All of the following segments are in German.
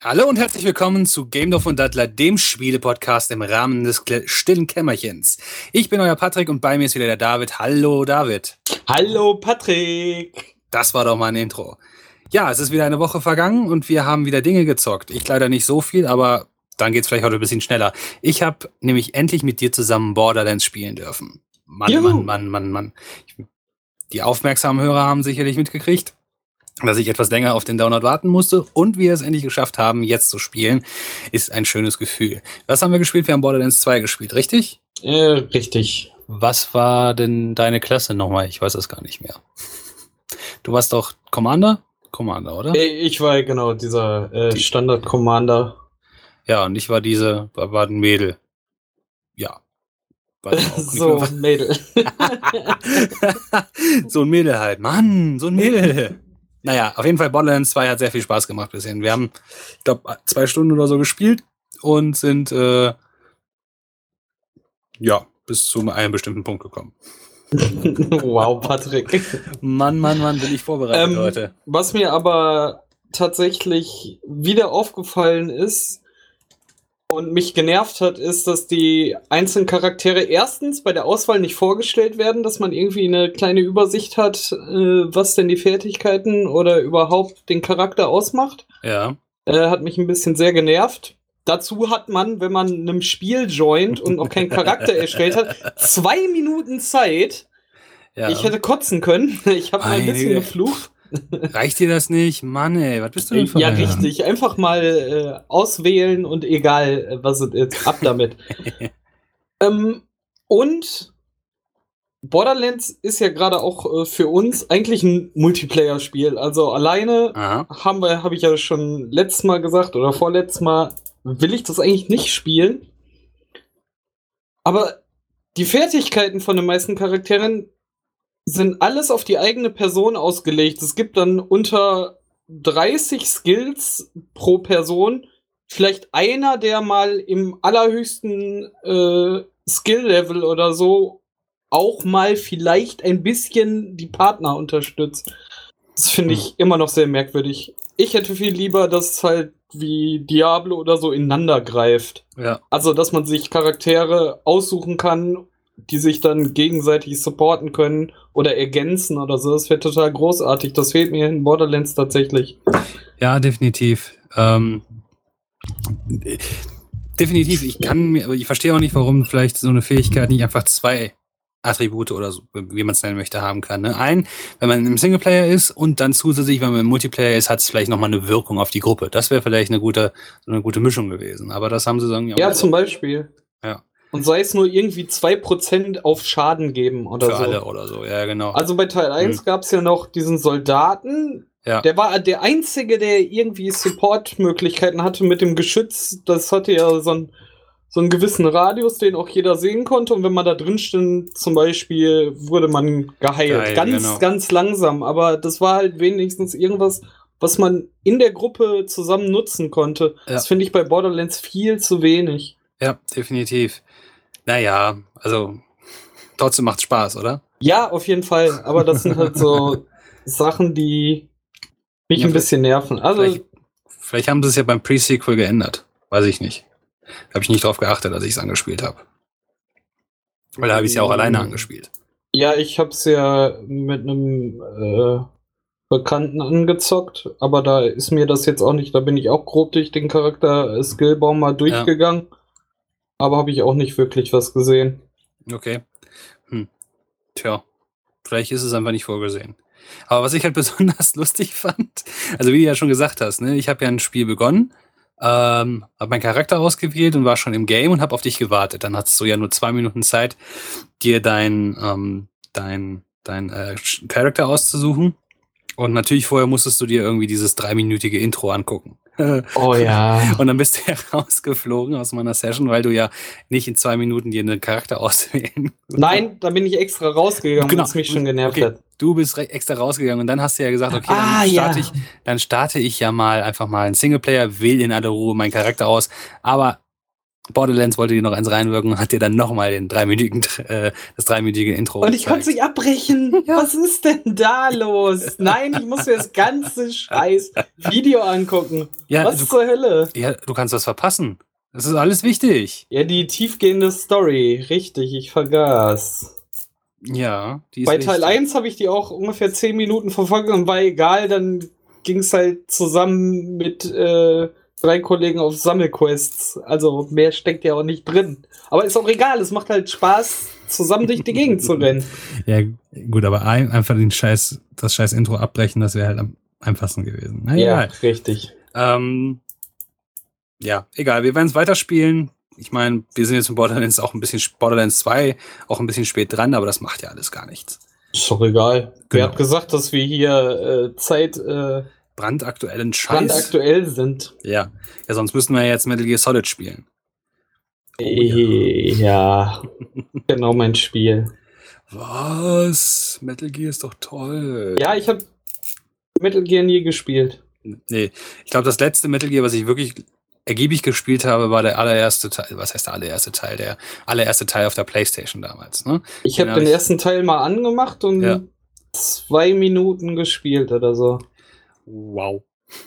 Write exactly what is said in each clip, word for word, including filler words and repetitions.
Hallo und herzlich willkommen zu Gamedorf und Dattler, dem Spiele-Podcast im Rahmen des Kle- stillen Kämmerchens. Ich bin euer Patrick und bei mir ist wieder der David. Hallo David. Hallo Patrick. Das war doch mal ein Intro. Ja, es ist wieder eine Woche vergangen und wir haben wieder Dinge gezockt. Ich leider nicht so viel, aber dann geht's vielleicht heute ein bisschen schneller. Ich habe nämlich endlich mit dir zusammen Borderlands spielen dürfen. Mann, Juhu. Mann, Mann, Mann, Mann. Die aufmerksamen Hörer haben sicherlich mitgekriegt, dass ich etwas länger auf den Download warten musste und wir es endlich geschafft haben, jetzt zu spielen, ist ein schönes Gefühl. Was haben wir gespielt? Wir haben Borderlands zwei gespielt, richtig? Äh, richtig. Was war denn deine Klasse nochmal? Ich weiß es gar nicht mehr. Du warst doch Commander? Commander, oder? Äh, Ich war genau dieser äh, Standard-Commander. Ja, und ich war diese, war, war ein Mädel. Ja. Weiß auch nicht So, mehr. Mädel. So ein Mädel halt. Mann, so ein Mädel. Naja, auf jeden Fall Borderlands zwei hat sehr viel Spaß gemacht bisher. Wir haben, ich glaube, zwei Stunden oder so gespielt und sind, äh, ja, bis zu einem bestimmten Punkt gekommen. Wow, Patrick. Mann, Mann, Mann, bin ich vorbereitet Ähm, heute. Was mir aber tatsächlich wieder aufgefallen ist und mich genervt hat, ist, dass die einzelnen Charaktere erstens bei der Auswahl nicht vorgestellt werden, dass man irgendwie eine kleine Übersicht hat, äh, was denn die Fertigkeiten oder überhaupt den Charakter ausmacht. Ja. Äh, hat mich ein bisschen sehr genervt. Dazu hat man, wenn man einem Spiel joint und noch keinen Charakter erstellt hat, zwei Minuten Zeit. Ja. Ich hätte kotzen können. Ich habe mal ein Meine bisschen Güte. geflucht. Reicht dir das nicht? Mann, ey, was bist du denn für Ja, einer? richtig. Einfach mal äh, auswählen und egal, äh, was es ist, ab damit. ähm, und Borderlands ist ja gerade auch äh, für uns eigentlich ein Multiplayer-Spiel. Also alleine Aha. haben wir, habe ich ja schon letztes Mal gesagt oder vorletztes Mal, will ich das eigentlich nicht spielen. Aber die Fertigkeiten von den meisten Charakteren sind alles auf die eigene Person ausgelegt. Es gibt dann unter dreißig Skills pro Person vielleicht einer, der mal im allerhöchsten äh, Skill-Level oder so auch mal vielleicht ein bisschen die Partner unterstützt. Das finde ich immer noch sehr merkwürdig. Ich hätte viel lieber, dass es halt wie Diablo oder so ineinander greift. Ja. Also, dass man sich Charaktere aussuchen kann, die sich dann gegenseitig supporten können oder ergänzen oder so. Das wäre total großartig. Das fehlt mir in Borderlands tatsächlich. Ja, definitiv. Ähm, definitiv. Ich kann mir, ich verstehe auch nicht, warum vielleicht so eine Fähigkeit nicht einfach zwei Attribute oder so, wie man es nennen möchte, haben kann. Ne? Ein, wenn man im Singleplayer ist und dann zusätzlich, wenn man im Multiplayer ist, hat es vielleicht nochmal eine Wirkung auf die Gruppe. Das wäre vielleicht eine gute, so eine gute Mischung gewesen. Aber das haben sie irgendwie auch Ja, nicht. zum Beispiel. Ja. Und sei es nur irgendwie zwei Prozent auf Schaden geben oder Für so. alle oder so, ja, genau. Also bei Teil eins Hm. gab es ja noch diesen Soldaten. Ja. Der war der Einzige, der irgendwie Support-Möglichkeiten hatte mit dem Geschütz. Das hatte ja so, ein, so einen gewissen Radius, den auch jeder sehen konnte. Und wenn man da drin stand, zum Beispiel, wurde man geheilt. Geil, ganz, genau. ganz langsam. Aber das war halt wenigstens irgendwas, was man in der Gruppe zusammen nutzen konnte. Ja. Das finde ich bei Borderlands viel zu wenig. Ja, definitiv. Naja, also trotzdem macht's Spaß, oder? Ja, auf jeden Fall. Aber das sind halt so Sachen, die mich Ja, ein bisschen nerven. Also, Vielleicht, vielleicht haben sie es ja beim Pre-Sequel geändert. Weiß ich nicht. Da habe ich nicht drauf geachtet, als ich es angespielt habe. Weil da habe ich es ja auch alleine angespielt. ja, ich hab's ja mit einem äh, Bekannten angezockt, aber da ist mir das jetzt auch nicht, da bin ich auch grob durch den Charakter-Skillbaum mal durchgegangen, aber habe ich auch nicht wirklich was gesehen. Okay. Hm. Tja, vielleicht ist es einfach nicht vorgesehen. Aber was ich halt besonders lustig fand, also wie du ja schon gesagt hast, ne, ich habe ja ein Spiel begonnen, ähm, habe meinen Charakter ausgewählt und war schon im Game und habe auf dich gewartet. Dann hattest du ja nur zwei Minuten Zeit, dir dein, ähm, dein, dein äh, Charakter auszusuchen. Und natürlich vorher musstest du dir irgendwie dieses dreiminütige Intro angucken. Oh ja. Und dann bist du ja rausgeflogen aus meiner Session, weil du ja nicht in zwei Minuten dir einen Charakter auswählen. Nein, da bin ich extra rausgegangen, Genau. weil es mich schon genervt Okay, hat. du bist re- extra rausgegangen und dann hast du ja gesagt, okay, dann Ah, starte ja. ich, dann starte ich ja mal einfach mal einen Singleplayer, wähle in aller Ruhe meinen Charakter aus. Aber Borderlands wollte dir noch eins reinwirken und hat dir dann nochmal den dreiminütigen, äh, das dreiminütige Intro Und ich konnte es gezeigt. nicht abbrechen. Ja. Was ist denn da los? Nein, ich muss mir das ganze scheiß Video angucken. Ja, Was du, zur Hölle? ja, du kannst was verpassen. Das ist alles wichtig. Ja, die tiefgehende Story. Richtig, ich vergaß. Ja, die ist Bei wichtig. Teil eins habe ich die auch ungefähr zehn Minuten verfolgt und war egal, dann ging es halt zusammen mit äh, drei Kollegen auf Sammelquests. Also mehr steckt ja auch nicht drin. Aber ist auch egal, es macht halt Spaß, zusammen durch die Gegend zu rennen. Ja, gut, aber ein, einfach den Scheiß, das scheiß Intro abbrechen, das wäre halt am einfachsten gewesen. Na, Ja, egal. richtig. Ähm, ja, egal, wir werden es weiterspielen. Ich meine, wir sind jetzt in Borderlands auch ein bisschen, Borderlands zwei auch ein bisschen spät dran, aber das macht ja alles gar nichts. Ist doch egal. Genau. Wer hat gesagt, dass wir hier äh, Zeit äh, Brandaktuellen Scheiß. brandaktuell sind? Ja. Ja, sonst müssten wir jetzt Metal Gear Solid spielen. Oh, ja. ja, genau mein Spiel. Was? Metal Gear ist doch toll. Ja, ich habe Metal Gear nie gespielt. Nee, ich glaube, das letzte Metal Gear, was ich wirklich ergiebig gespielt habe, war der allererste Teil. Was heißt der allererste Teil? Der allererste Teil auf der PlayStation damals. Ne? Ich habe den, den ersten Teil mal angemacht und ja. zwei Minuten gespielt oder so. Wow.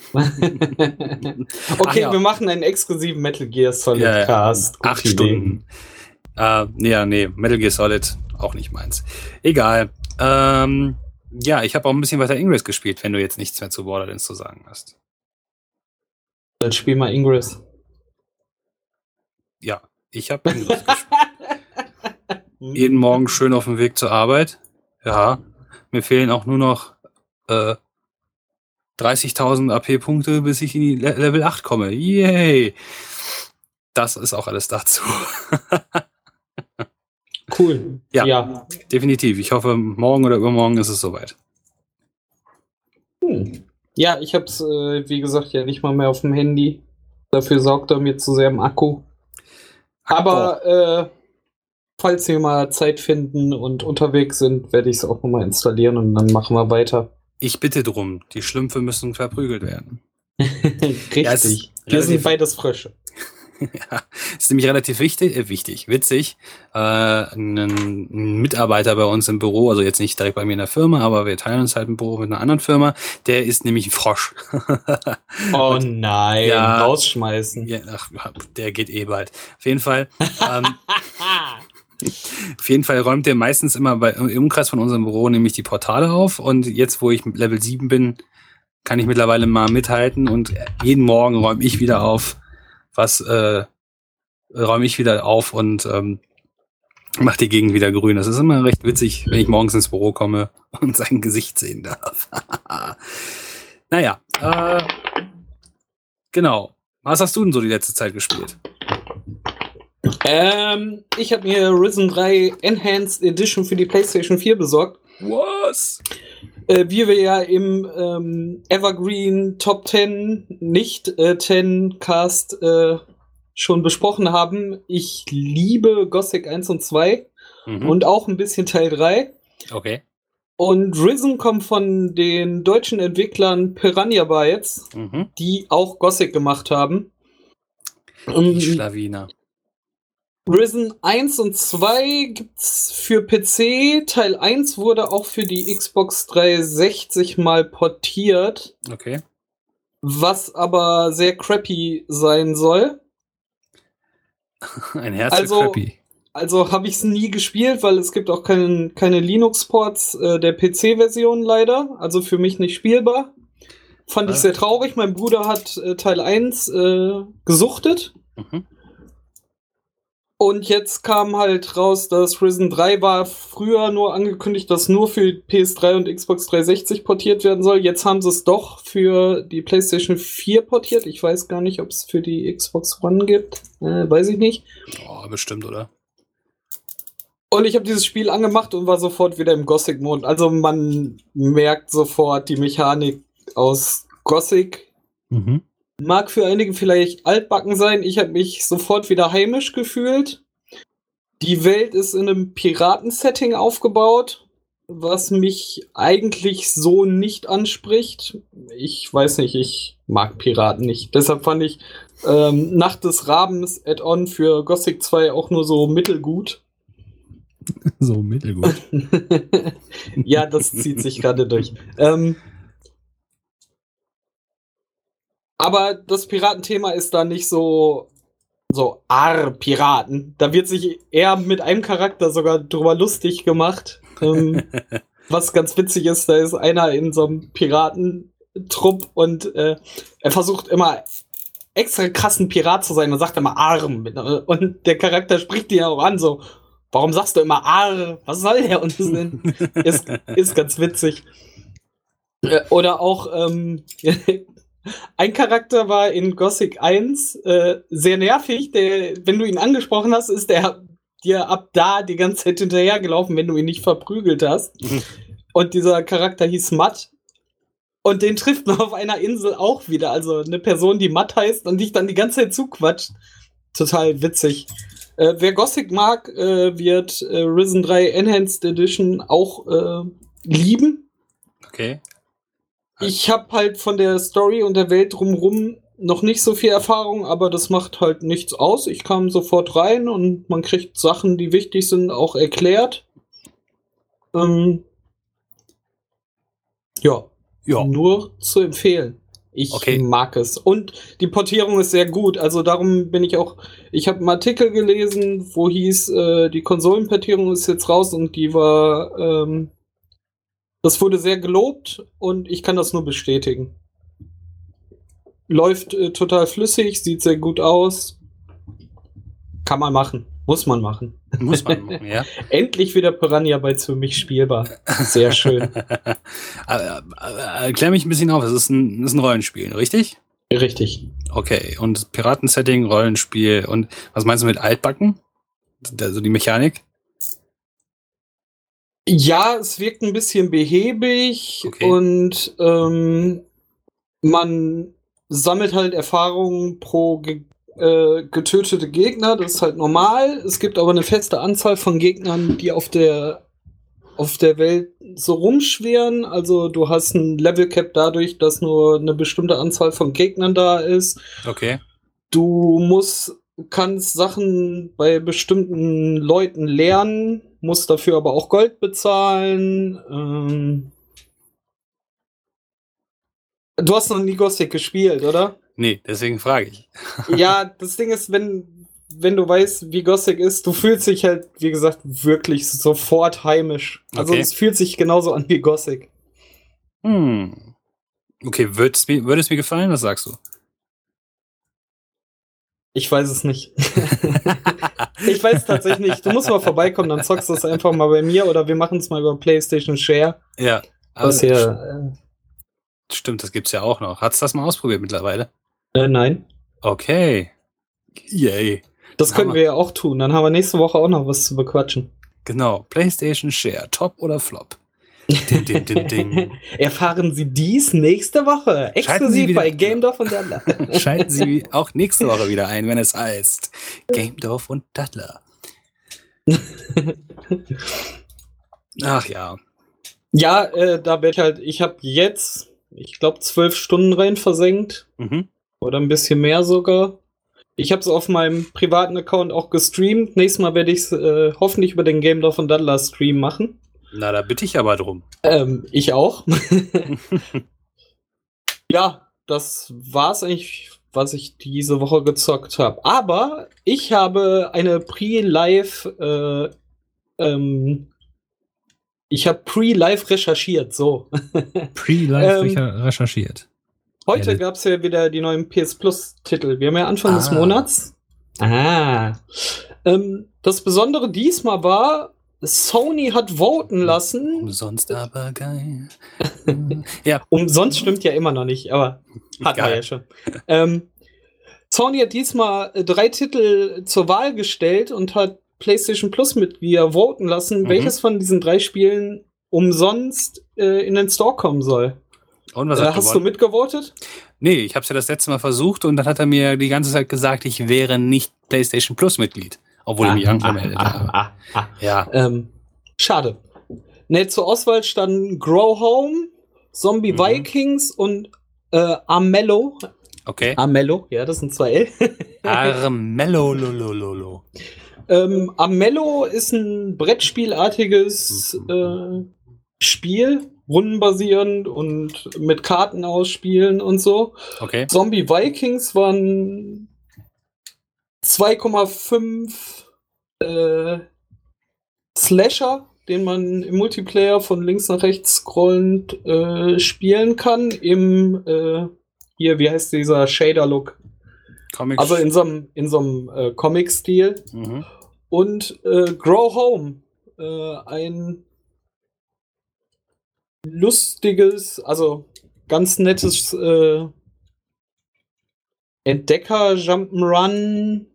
Okay, ja. Wir machen einen exklusiven Metal Gear Solid ja, ja. Cast. Gute Acht Idee. Stunden. Äh, nee, nee, Metal Gear Solid auch nicht meins. Egal. Ähm, ja, ich habe auch ein bisschen weiter Ingress gespielt, wenn du jetzt nichts mehr zu Borderlands zu sagen hast. Dann spiel mal Ingress. Ja, ich habe Ingress gespielt. Jeden Morgen schön auf dem Weg zur Arbeit. Ja, mir fehlen auch nur noch äh, dreißigtausend A P-Punkte, bis ich in die Le- Level acht komme. Yay! Das ist auch alles dazu. Cool. Ja, ja, definitiv. Ich hoffe, morgen oder übermorgen ist es soweit. Hm. Ja, ich hab's, äh, wie gesagt, ja nicht mal mehr auf dem Handy. Dafür saugt er mir zu sehr im Akku. Aber äh, falls wir mal Zeit finden und unterwegs sind, werde ich es auch nochmal installieren und dann machen wir weiter. Ich bitte drum, die Schlümpfe müssen verprügelt werden. Richtig. Ja, wir sind beides Frösche. Ja, ist nämlich relativ wichtig, äh, wichtig, witzig. Äh, ein, ein Mitarbeiter bei uns im Büro, also jetzt nicht direkt bei mir in der Firma, aber wir teilen uns halt ein Büro mit einer anderen Firma, der ist nämlich ein Frosch. Oh nein, ja, rausschmeißen. Ja, ach, der geht eh bald. Auf jeden Fall. Ähm, auf jeden Fall räumt der meistens immer bei, im Umkreis von unserem Büro nämlich die Portale auf und jetzt, wo ich Level sieben bin, kann ich mittlerweile mal mithalten und jeden Morgen räume ich wieder auf. Was äh, räume ich wieder auf und ähm, mache die Gegend wieder grün. Das ist immer recht witzig, wenn ich morgens ins Büro komme und sein Gesicht sehen darf. Naja, äh, genau. Was hast du denn so die letzte Zeit gespielt? Ähm, ich habe mir Risen drei Enhanced Edition für die PlayStation vier besorgt. Was? Äh, wie wir ja im ähm, Evergreen Top zehn, nicht äh, zehn Cast äh, schon besprochen haben. Ich liebe Gothic eins und zwei mhm. und auch ein bisschen Teil drei. Okay. Und Risen kommt von den deutschen Entwicklern Piranha Bytes, mhm. die auch Gothic gemacht haben. Die Schlawiner. Risen eins und zwei gibt's für P C. Teil eins wurde auch für die Xbox dreihundertsechzig mal portiert. Okay. Was aber sehr crappy sein soll. Ein Herz also, crappy. Also habe ich es nie gespielt, weil es gibt auch kein, keine Linux-Ports äh, der P C-Version leider. Also für mich nicht spielbar. Fand ah. ich sehr traurig. Mein Bruder hat äh, Teil eins äh, gesuchtet. Mhm. Und jetzt kam halt raus, dass Risen drei war früher nur angekündigt, dass nur für P S drei und Xbox dreihundertsechzig portiert werden soll. Jetzt haben sie es doch für die PlayStation vier portiert. Ich weiß gar nicht, ob es für die Xbox One gibt. Äh, weiß ich nicht. Oh, bestimmt, oder? Und ich habe dieses Spiel angemacht und war sofort wieder im Gothic-Mode. Also man merkt sofort die Mechanik aus Gothic. Mhm. Mag für einige vielleicht altbacken sein. Ich habe mich sofort wieder heimisch gefühlt. Die Welt ist in einem Piraten-Setting aufgebaut. was mich eigentlich so nicht anspricht. Ich weiß nicht, ich mag Piraten nicht. Deshalb fand ich ähm, Nacht des Rabens Add-on für Gothic zwei auch nur so mittelgut. So mittelgut. Ja, das zieht sich gerade durch. Ähm, aber das Piratenthema ist da nicht so so arr Piraten. Da wird sich eher mit einem Charakter sogar drüber lustig gemacht. Ähm, was ganz witzig ist, da ist einer in so einem Piratentrupp und äh, er versucht immer extra krassen Pirat zu sein und sagt immer arm. Und der Charakter spricht ihn auch an, so, warum sagst du immer arr? Was soll der Unsinn? ist, ist ganz witzig. Äh, oder auch, ähm, ein Charakter war in Gothic eins äh, sehr nervig. Der, wenn du ihn angesprochen hast, ist der dir ab da die ganze Zeit hinterhergelaufen, wenn du ihn nicht verprügelt hast. Und dieser Charakter hieß Matt. Und den trifft man auf einer Insel auch wieder. Also eine Person, die Matt heißt und dich dann die ganze Zeit zuquatscht. Total witzig. Äh, wer Gothic mag, äh, wird äh, Risen drei Enhanced Edition auch äh, lieben. Okay. Ich habe halt von der Story und der Welt drumherum noch nicht so viel Erfahrung, aber das macht halt nichts aus. Ich kam sofort rein und man kriegt Sachen, die wichtig sind, auch erklärt. Ähm, ja, Ja. nur zu empfehlen. Ich Okay. mag es. Und die Portierung ist sehr gut. Also darum bin ich auch. Ich habe einen Artikel gelesen, wo hieß, äh, die Konsolenportierung ist jetzt raus und die war. Ähm, das wurde sehr gelobt und ich kann das nur bestätigen. Läuft äh, total flüssig, sieht sehr gut aus. Kann man machen. Muss man machen. Muss man machen, ja. Endlich wieder Piranha Bytes für mich spielbar. Sehr schön. Aber, aber, Klär mich ein bisschen auf, es ist ein, es ist ein Rollenspiel, richtig? Richtig. Okay, und Piraten-Setting, Rollenspiel und was meinst du mit altbacken? Also die Mechanik? Ja, es wirkt ein bisschen behäbig Okay. und ähm, man sammelt halt Erfahrungen pro ge äh, getötete Gegner. Das ist halt normal. Es gibt aber eine feste Anzahl von Gegnern, die auf der auf der Welt so rumschwirren. Also du hast ein Level Cap dadurch, dass nur eine bestimmte Anzahl von Gegnern da ist. Okay. Du musst, kannst Sachen bei bestimmten Leuten lernen, musst dafür aber auch Gold bezahlen. Ähm du hast noch nie Gothic gespielt, oder? Nee, deswegen frage ich. Ja, das Ding ist, wenn, wenn du weißt, wie Gothic ist, du fühlst dich halt, wie gesagt, wirklich sofort heimisch. Also Okay. es fühlt sich genauso an wie Gothic. Hm. Okay, würde es mir, würde es mir gefallen? Was sagst du? Ich weiß es nicht. Ich weiß es tatsächlich nicht. Du musst mal vorbeikommen, dann zockst du es einfach mal bei mir oder wir machen es mal über PlayStation Share. Ja. Aber Was hier. stimmt, das gibt's ja auch noch. Hat's das mal ausprobiert mittlerweile? Äh, nein. Okay. Yay. Das Dann können haben wir ja auch tun. Dann haben wir nächste Woche auch noch was zu bequatschen. Genau. PlayStation Share. Top oder Flop? Ding, ding, ding, ding. Erfahren Sie dies nächste Woche. Schalten Sie Exklusiv wieder- bei Game Dorf und Daddler. Schalten Sie auch nächste Woche wieder ein, wenn es heißt Game Dorf und Daddler. Ach ja. Ja, äh, da werde ich halt, ich habe jetzt, ich glaube, zwölf Stunden rein versenkt. Mhm. Oder ein bisschen mehr sogar. Ich habe es auf meinem privaten Account auch gestreamt. Nächstes Mal werde ich es äh, hoffentlich über den Game Dorf und Daddler Stream machen. Na, da bitte ich aber drum. Ähm, ich auch. Ja, das war's eigentlich, was ich diese Woche gezockt habe. Aber ich habe eine Pre-Live, äh, ähm, ich habe Pre-Live recherchiert, so. Pre-live Ähm, recherchiert. Heute Ja, gab's ja wieder die neuen P S Plus-Titel. Wir haben ja Anfang des Ah. Monats. Ah. Ähm, das Besondere diesmal war, Sony hat voten lassen. Umsonst aber geil. Ja, Umsonst stimmt ja immer noch nicht, aber hat man Egal. ja schon. Ähm, Sony hat diesmal äh, drei Titel zur Wahl gestellt und hat PlayStation Plus Mitglieder voten lassen, Mhm. welches von diesen drei Spielen umsonst äh, in den Store kommen soll. und was Äh, hat hast du gewonnen? mitgevotet? Nee, ich hab's ja das letzte Mal versucht und dann hat er mir die ganze Zeit gesagt, ich wäre nicht PlayStation Plus Mitglied. Obwohl ich mich angemeldet habe. ah, ah. Ja. Ähm, schade. Ne, zur Auswahl standen Grow Home, Zombie Mhm. Vikings und äh, Armello. Okay. Armello, ja, das sind zwei L. Armello, lolololo. ähm, Armello ist ein Brettspielartiges Mhm. äh, Spiel, rundenbasierend und mit Karten ausspielen und so. Okay. Zombie Vikings waren zwei Komma fünf äh, Slasher, den man im Multiplayer von links nach rechts scrollend äh, spielen kann. Im, äh, hier, wie heißt dieser Shader-Look? Comics. Also in so einem in so einem, äh, Comic-Stil. Mhm. Und äh, Grow Home, äh, ein lustiges, also ganz nettes äh, Entdecker-Jump'n'Run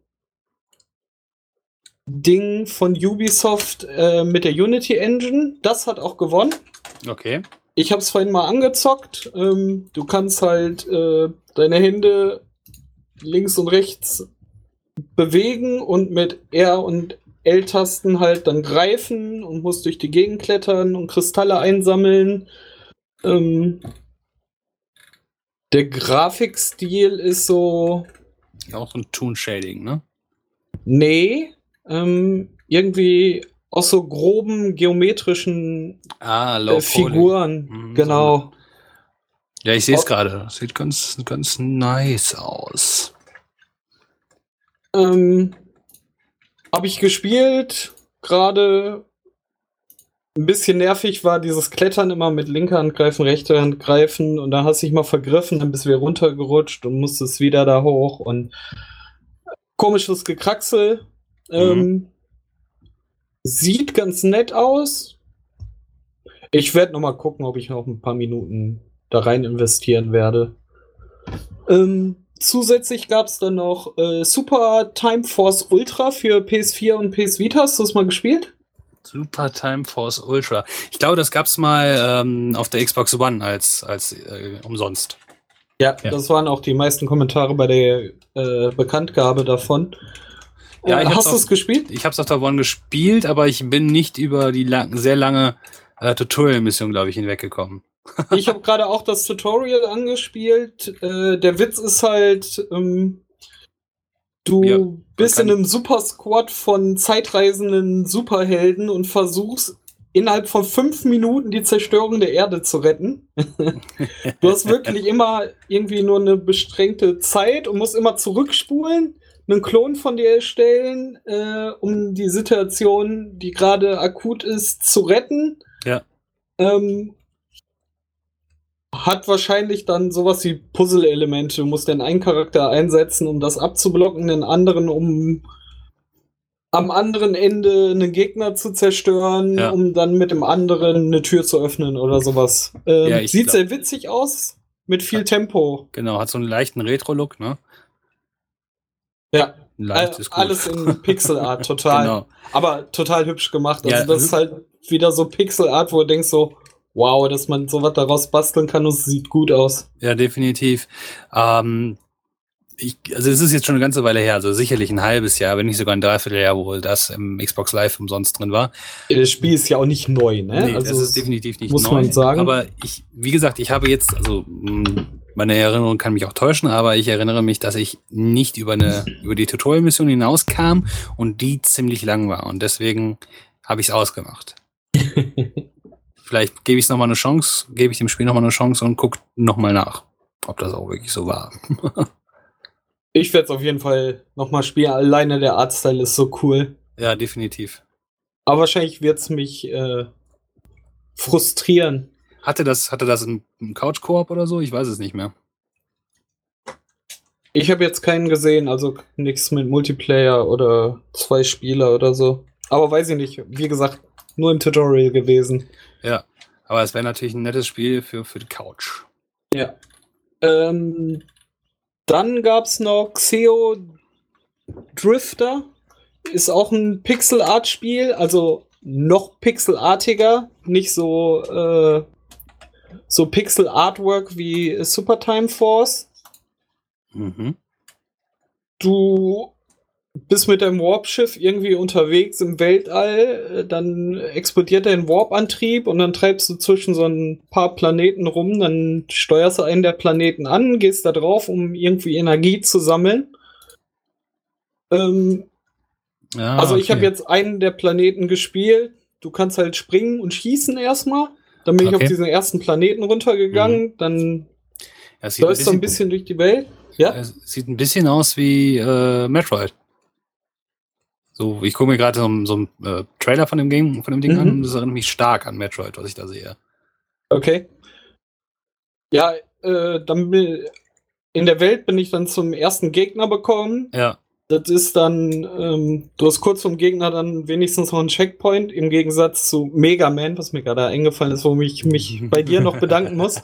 Ding von Ubisoft äh, mit der Unity Engine. Das hat auch gewonnen. Okay. Ich habe es vorhin mal angezockt. Ähm, du kannst halt äh, deine Hände links und rechts bewegen und mit R und L-Tasten halt dann greifen und musst durch die Gegend klettern und Kristalle einsammeln. Ähm, der Grafikstil ist so, Auch so ein Toon-Shading, ne? nee, ähm, irgendwie aus so groben geometrischen Ah, Low äh, Figuren. Mhm, Genau. Ja, ich sehe es Au- gerade. Sieht ganz, ganz nice aus. Ähm, habe ich gespielt, gerade ein bisschen nervig war dieses Klettern immer mit linker Hand greifen, rechter Hand greifen und dann hast du dich mal vergriffen, dann bist du wieder runtergerutscht und musstest wieder da hoch und komisches Gekraxel. Ähm, sieht ganz nett aus. Ich werde noch mal gucken, ob ich noch ein paar Minuten da rein investieren werde. Ähm, zusätzlich gab es dann noch äh, Super Time Force Ultra für P S vier und P S Vita. Hast du das mal gespielt? Super Time Force Ultra. Ich glaube, das gab's mal ähm, auf der Xbox One als, als äh, umsonst. Ja, Ja. das waren auch die meisten Kommentare bei der äh, Bekanntgabe davon. Ja, äh, ich hab's hast du auch- es gespielt? Ich habe es auf der One gespielt, aber ich bin nicht über die lang, sehr lange äh, Tutorial-Mission, glaube ich, hinweggekommen. Ich habe gerade auch das Tutorial angespielt. Äh, der Witz ist halt, ähm, du Ja, bist kann- in einem Super-Squad von zeitreisenden Superhelden und versuchst innerhalb von fünf Minuten die Zerstörung der Erde zu retten. Du hast wirklich immer irgendwie nur eine beschränkte Zeit und musst immer zurückspulen, einen Klon von dir erstellen, äh, um die Situation, die gerade akut ist, zu retten. Ja. Ähm, hat wahrscheinlich dann sowas wie Puzzle-Elemente. Du musst den einen Charakter einsetzen, um das abzublocken, den anderen, um am anderen Ende einen Gegner zu zerstören, Ja. um dann mit dem anderen eine Tür zu öffnen oder sowas. Ähm, Ja, ich sieht glaub- sehr witzig aus, mit viel Tempo. Genau, hat so einen leichten Retro-Look, ne? Ja, Leicht äh, ist gut. alles in Pixelart, total. Genau. Aber total hübsch gemacht. Also Ja, das ist hüb- halt wieder so Pixelart, wo du denkst so, wow, dass man sowas daraus basteln kann und es sieht gut aus. Ja, definitiv. Ähm, ich, also es ist jetzt schon eine ganze Weile her, also sicherlich ein halbes Jahr, wenn nicht sogar ein Dreivierteljahr, wo das im Xbox Live umsonst drin war. Das Spiel ist ja auch nicht neu, ne? Nee, also das ist definitiv nicht muss neu. man sagen. Aber ich, wie gesagt, ich habe jetzt, also mh, meine Erinnerung kann mich auch täuschen, aber ich erinnere mich, dass ich nicht über eine über die Tutorial-Mission hinauskam und die ziemlich lang war. Und deswegen habe ich es ausgemacht. Vielleicht gebe ich es nochmal eine Chance, gebe ich dem Spiel nochmal eine Chance und gucke nochmal nach, ob das auch wirklich so war. Ich werde es auf jeden Fall nochmal spielen. Alleine der Artstyle ist so cool. Ja, definitiv. Aber wahrscheinlich wird es mich äh, frustrieren. Hatte das, hatte das einen Couch-Koop oder so? Ich weiß es nicht mehr. Ich habe jetzt keinen gesehen, also nichts mit Multiplayer oder zwei Spieler oder so. Aber weiß ich nicht. Wie gesagt, nur im Tutorial gewesen. Ja, aber es wäre natürlich ein nettes Spiel für, für die Couch. Ja. Ähm, dann gab's noch Xeo Drifter. Ist auch ein Pixel-Art-Spiel, also noch pixelartiger, nicht so, äh, so Pixel-Artwork wie Super Time Force. Mhm. Du bist mit deinem Warp-Schiff irgendwie unterwegs im Weltall, dann explodiert dein Warp-Antrieb und dann treibst du zwischen so ein paar Planeten rum, dann steuerst du einen der Planeten an, gehst da drauf, um irgendwie Energie zu sammeln. Ähm, Ja, also ich okay. habe jetzt einen der Planeten gespielt, du kannst halt springen und schießen erstmal, dann bin ich Okay. auf diesen ersten Planeten runtergegangen, dann Ja, es sieht, ein läufst du ein bisschen, bisschen durch die Welt. Ja? es sieht ein bisschen aus wie äh, Metroid. So, ich gucke mir gerade so, so einen äh, Trailer von dem Game, von dem Ding Mhm. an und das erinnert mich stark an Metroid, was ich da sehe. Okay. Ja, äh, dann bin, in der Welt bin ich dann zum ersten Gegner bekommen. Ja. Das ist dann, ähm, du hast kurz vom Gegner dann wenigstens noch einen Checkpoint, im Gegensatz zu Mega Man, was mir gerade eingefallen ist, wo ich mich bei dir noch bedanken muss.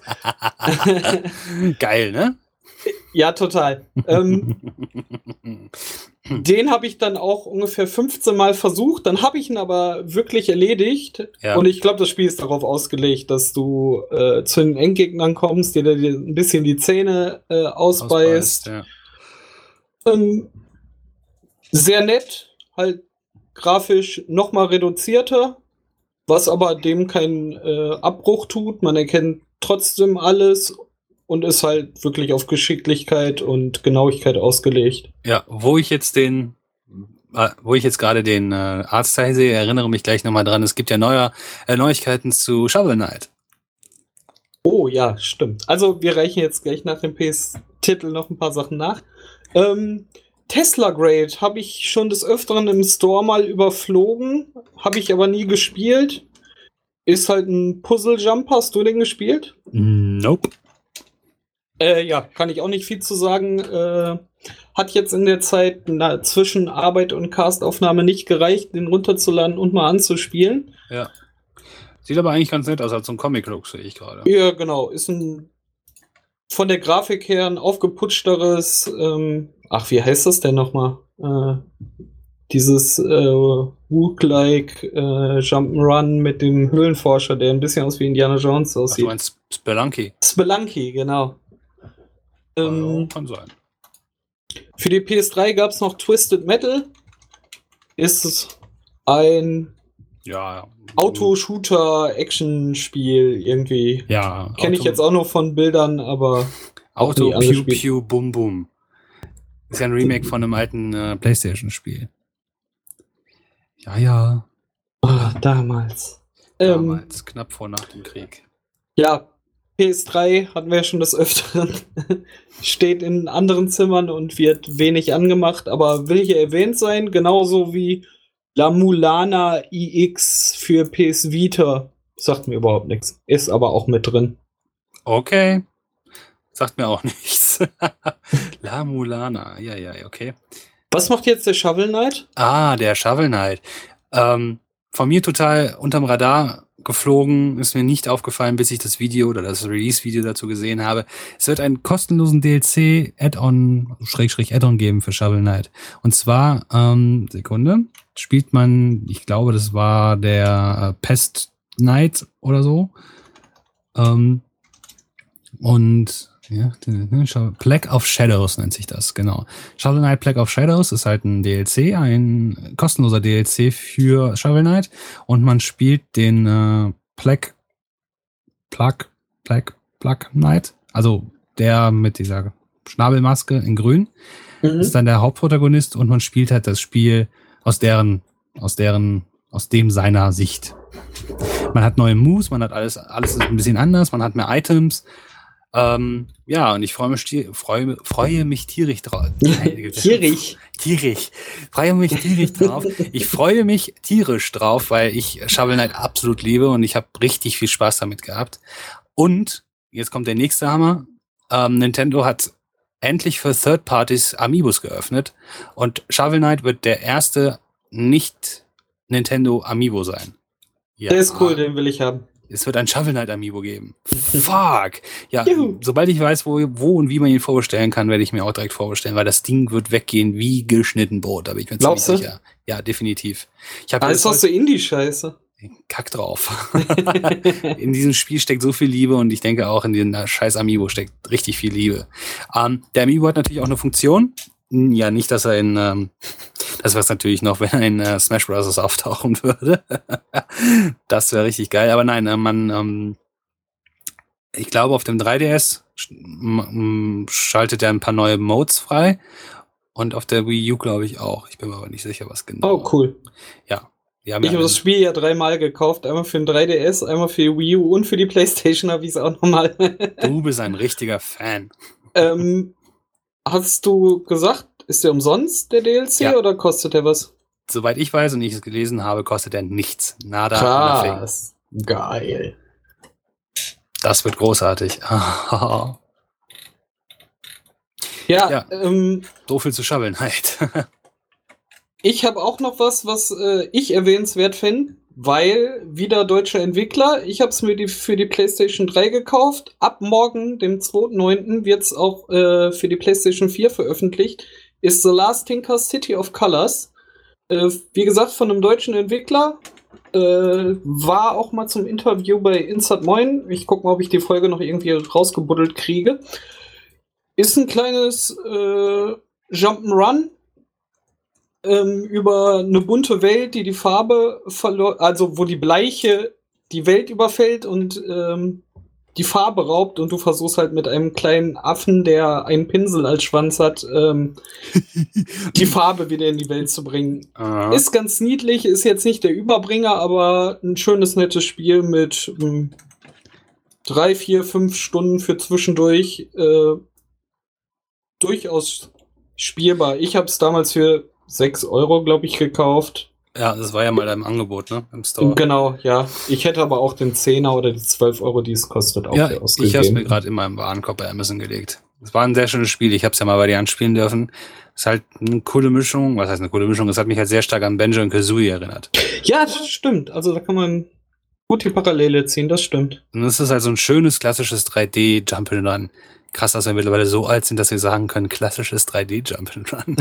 Geil, ne? Ja, total. Ähm, den habe ich dann auch ungefähr fünfzehn Mal versucht, dann habe ich ihn aber wirklich erledigt. Ja. Und ich glaube, das Spiel ist darauf ausgelegt, dass du äh, zu den Endgegnern kommst, dir da dir ein bisschen die Zähne äh, ausbeißt. Ausbeißt, ja. Ähm, sehr nett, halt grafisch noch mal reduzierter, was aber dem keinen äh, Abbruch tut. Man erkennt trotzdem alles und ist halt wirklich auf Geschicklichkeit und Genauigkeit ausgelegt. Ja, wo ich jetzt den, äh, wo ich jetzt gerade den äh, Artstyle sehe, erinnere mich gleich nochmal dran, es gibt ja neue äh, Neuigkeiten zu Shovel Knight. Oh ja, stimmt. Also wir reichen jetzt gleich nach dem P S-Titel noch ein paar Sachen nach. Ähm, Tesla Grade habe ich schon des Öfteren im Store mal überflogen, habe ich aber nie gespielt. Ist halt ein Puzzle-Jump. Hast du den gespielt? Nope. Äh, ja, kann ich auch nicht viel zu sagen. Äh, hat jetzt in der Zeit na, zwischen Arbeit und Castaufnahme nicht gereicht, den runterzuladen und mal anzuspielen. Ja. Sieht aber eigentlich ganz nett aus, als so ein Comic-Look, sehe ich gerade. Ja, genau. Ist ein von der Grafik her ein aufgeputschteres, ähm, ach, wie heißt das denn nochmal? Äh, dieses äh, Wook-like äh, Jump'n'Run mit dem Höhlenforscher, der ein bisschen aus wie Indiana Jones Ach, aussieht. du meinst Spelunky? Spelunky, genau. Ähm, Ja, kann sein. Für die P S drei gab es noch Twisted Metal. Ist ein Ja, ja. Auto-Shooter-Action-Spiel irgendwie. Ja, Kenne ich Auto- jetzt auch nur von Bildern, aber Auto nie Pew angespielt. Pew Bum Bum. Ist ja ein Remake von einem alten äh, PlayStation-Spiel. Ja, ja. ah, damals. Ähm, Damals, knapp vor nach dem Krieg. ja, P S drei hatten wir ja schon des Öfteren. Steht in anderen Zimmern und wird wenig angemacht, aber will hier erwähnt sein, genauso wie La Mulana I X für P S Vita. Sagt mir überhaupt nichts. Ist aber auch mit drin. Okay. Sagt mir auch nichts. La Mulana. Ja, ja, okay. Was macht jetzt der Shovel Knight? Ah, der Shovel Knight. Ähm, von mir total unterm Radar geflogen, ist mir nicht aufgefallen, bis ich das Video oder das Release-Video dazu gesehen habe. Es wird einen kostenlosen D L C Add-on, Schrägstrich Add-on geben für Shovel Knight. Und zwar, ähm, Sekunde, spielt man, ich glaube, das war der äh, Pest Knight oder so. Ähm, und ja, Plague of Shadows nennt sich das, genau. Shovel Knight Plague of Shadows ist halt ein D L C, ein kostenloser D L C für Shovel Knight und man spielt den äh, Plague, Plague, Plague, Plague Knight, also der mit dieser Schnabelmaske in grün, Mhm. ist dann der Hauptprotagonist und man spielt halt das Spiel aus deren, aus deren, aus dem seiner Sicht. Man hat neue Moves, man hat alles, alles ist ein bisschen anders, man hat mehr Items. Ähm, ja, und ich freue mich, ti- freue, freue mich tierisch drauf. Tierig. Tierisch. Freue mich tierisch drauf. Ich freue mich tierisch drauf, weil ich Shovel Knight absolut liebe und ich habe richtig viel Spaß damit gehabt. Und, jetzt kommt der nächste Hammer, ähm, Nintendo hat endlich für Third Parties Amiibos geöffnet und Shovel Knight wird der erste nicht-Nintendo Amiibo sein. Ja. Der ist cool, den will ich haben. Es wird ein Shovel Knight Amiibo geben. Fuck! Ja, Juhu. sobald ich weiß, wo, wo und wie man ihn vorbestellen kann, werde ich mir auch direkt vorbestellen, weil das Ding wird weggehen wie geschnitten Brot, da bin ich mir Glaubst ziemlich du? sicher. Ja, definitiv. Ich habe Alles doch so Indie-Scheiße. Kack drauf. In diesem Spiel steckt so viel Liebe und ich denke auch in den scheiß Amiibo steckt richtig viel Liebe. Ähm, der Amiibo hat natürlich auch eine Funktion. Ja, nicht, dass er in, ähm, Das wär's natürlich noch, wenn ein äh, Smash Bros. Auftauchen würde. Das wäre richtig geil. Aber nein, äh, man, ähm, ich glaube, auf dem drei D S sch m schaltet er ein paar neue Modes frei. Und auf der Wii U, glaube ich, auch. Ich bin mir aber nicht sicher, was genau. Oh, cool. Ja. Wir haben Ich ja habe das einen- Spiel ja dreimal gekauft. Einmal für den drei D S, einmal für die Wii U und für die PlayStation habe ich es auch nochmal. Du bist ein richtiger Fan. ähm, hast du gesagt, ist der umsonst, der D L C, Ja. oder kostet der was? Soweit ich weiß und ich es gelesen habe, kostet er nichts. Nada, nothing. Krass. Geil. Das wird großartig. Ja, Ja. ähm, So viel zu Shovel Knight. ich habe auch noch was, was äh, ich erwähnenswert finde, weil wieder deutscher Entwickler. Ich habe es mir die, für die PlayStation drei gekauft. Ab morgen, dem zweiten neunten, wird es auch äh, für die PlayStation vier veröffentlicht. Ist The Last Tinker City of Colors. Äh, wie gesagt, von einem deutschen Entwickler. Äh, war auch mal zum Interview bei Insert Moin. Ich gucke mal, ob ich die Folge noch irgendwie rausgebuddelt kriege. Ist ein kleines äh, Jump'n'Run ähm, über eine bunte Welt, die die Farbe verloren, also wo die Bleiche die Welt überfällt und ähm, die Farbe raubt und du versuchst halt mit einem kleinen Affen, der einen Pinsel als Schwanz hat, ähm, die Farbe wieder in die Welt zu bringen. Aha. Ist ganz niedlich, ist jetzt nicht der Überbringer, aber ein schönes, nettes Spiel mit ähm, drei, vier, fünf Stunden für zwischendurch. Äh, durchaus spielbar. Ich habe es damals für sechs Euro, glaube ich, gekauft. Ja, das war ja mal im Angebot, ne? Im Store. Genau, ja. Ich hätte aber auch den Zehner oder die zwölf Euro, die es kostet, auch Ja, für ich habe es ausgegeben. mir gerade in meinem Warenkorb bei Amazon gelegt. Es war ein sehr schönes Spiel. Ich habe es ja mal bei dir anspielen dürfen. Es ist halt eine coole Mischung. Was heißt eine coole Mischung? Es hat mich halt sehr stark an Banjo und Kazooie erinnert. Ja, das stimmt. Also da kann man gut die Parallele ziehen, das stimmt. Und es ist halt so ein schönes, klassisches drei D Jump'n'Run. Krass, dass wir mittlerweile so alt sind, dass wir sagen können, klassisches drei D Jump'n'Run.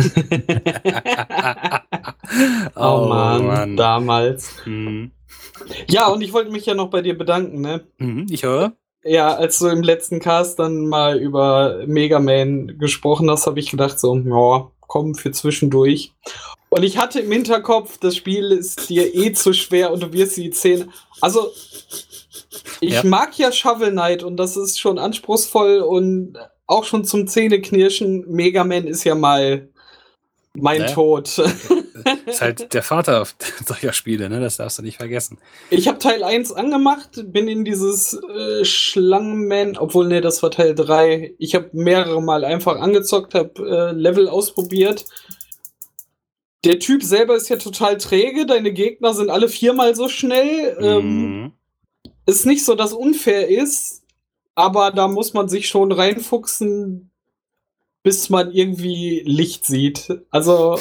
Oh, Mann, damals. Mhm. Ja, und ich wollte mich ja noch bei dir bedanken, ne? Mhm, ich höre. Ja, als du im letzten Cast dann mal über Mega Man gesprochen hast, habe ich gedacht so, ja, komm, für zwischendurch. Und ich hatte im Hinterkopf, das Spiel ist dir eh zu schwer und du wirst die Zähne... Also, ich Ja. mag ja Shovel Knight und das ist schon anspruchsvoll und auch schon zum Zähneknirschen. Mega Man ist ja mal mein Naja. Tod. Ist halt der Vater solcher Spiele, ne? Das darfst du nicht vergessen. Ich habe Teil eins angemacht, bin in dieses äh, Schlangenman, obwohl, ne, das war Teil drei. Ich habe mehrere Mal einfach angezockt, habe äh, Level ausprobiert. Der Typ selber ist ja total träge, deine Gegner sind alle viermal so schnell. Ähm, Mhm. ist nicht so, dass unfair ist, aber da muss man sich schon reinfuchsen, bis man irgendwie Licht sieht. Also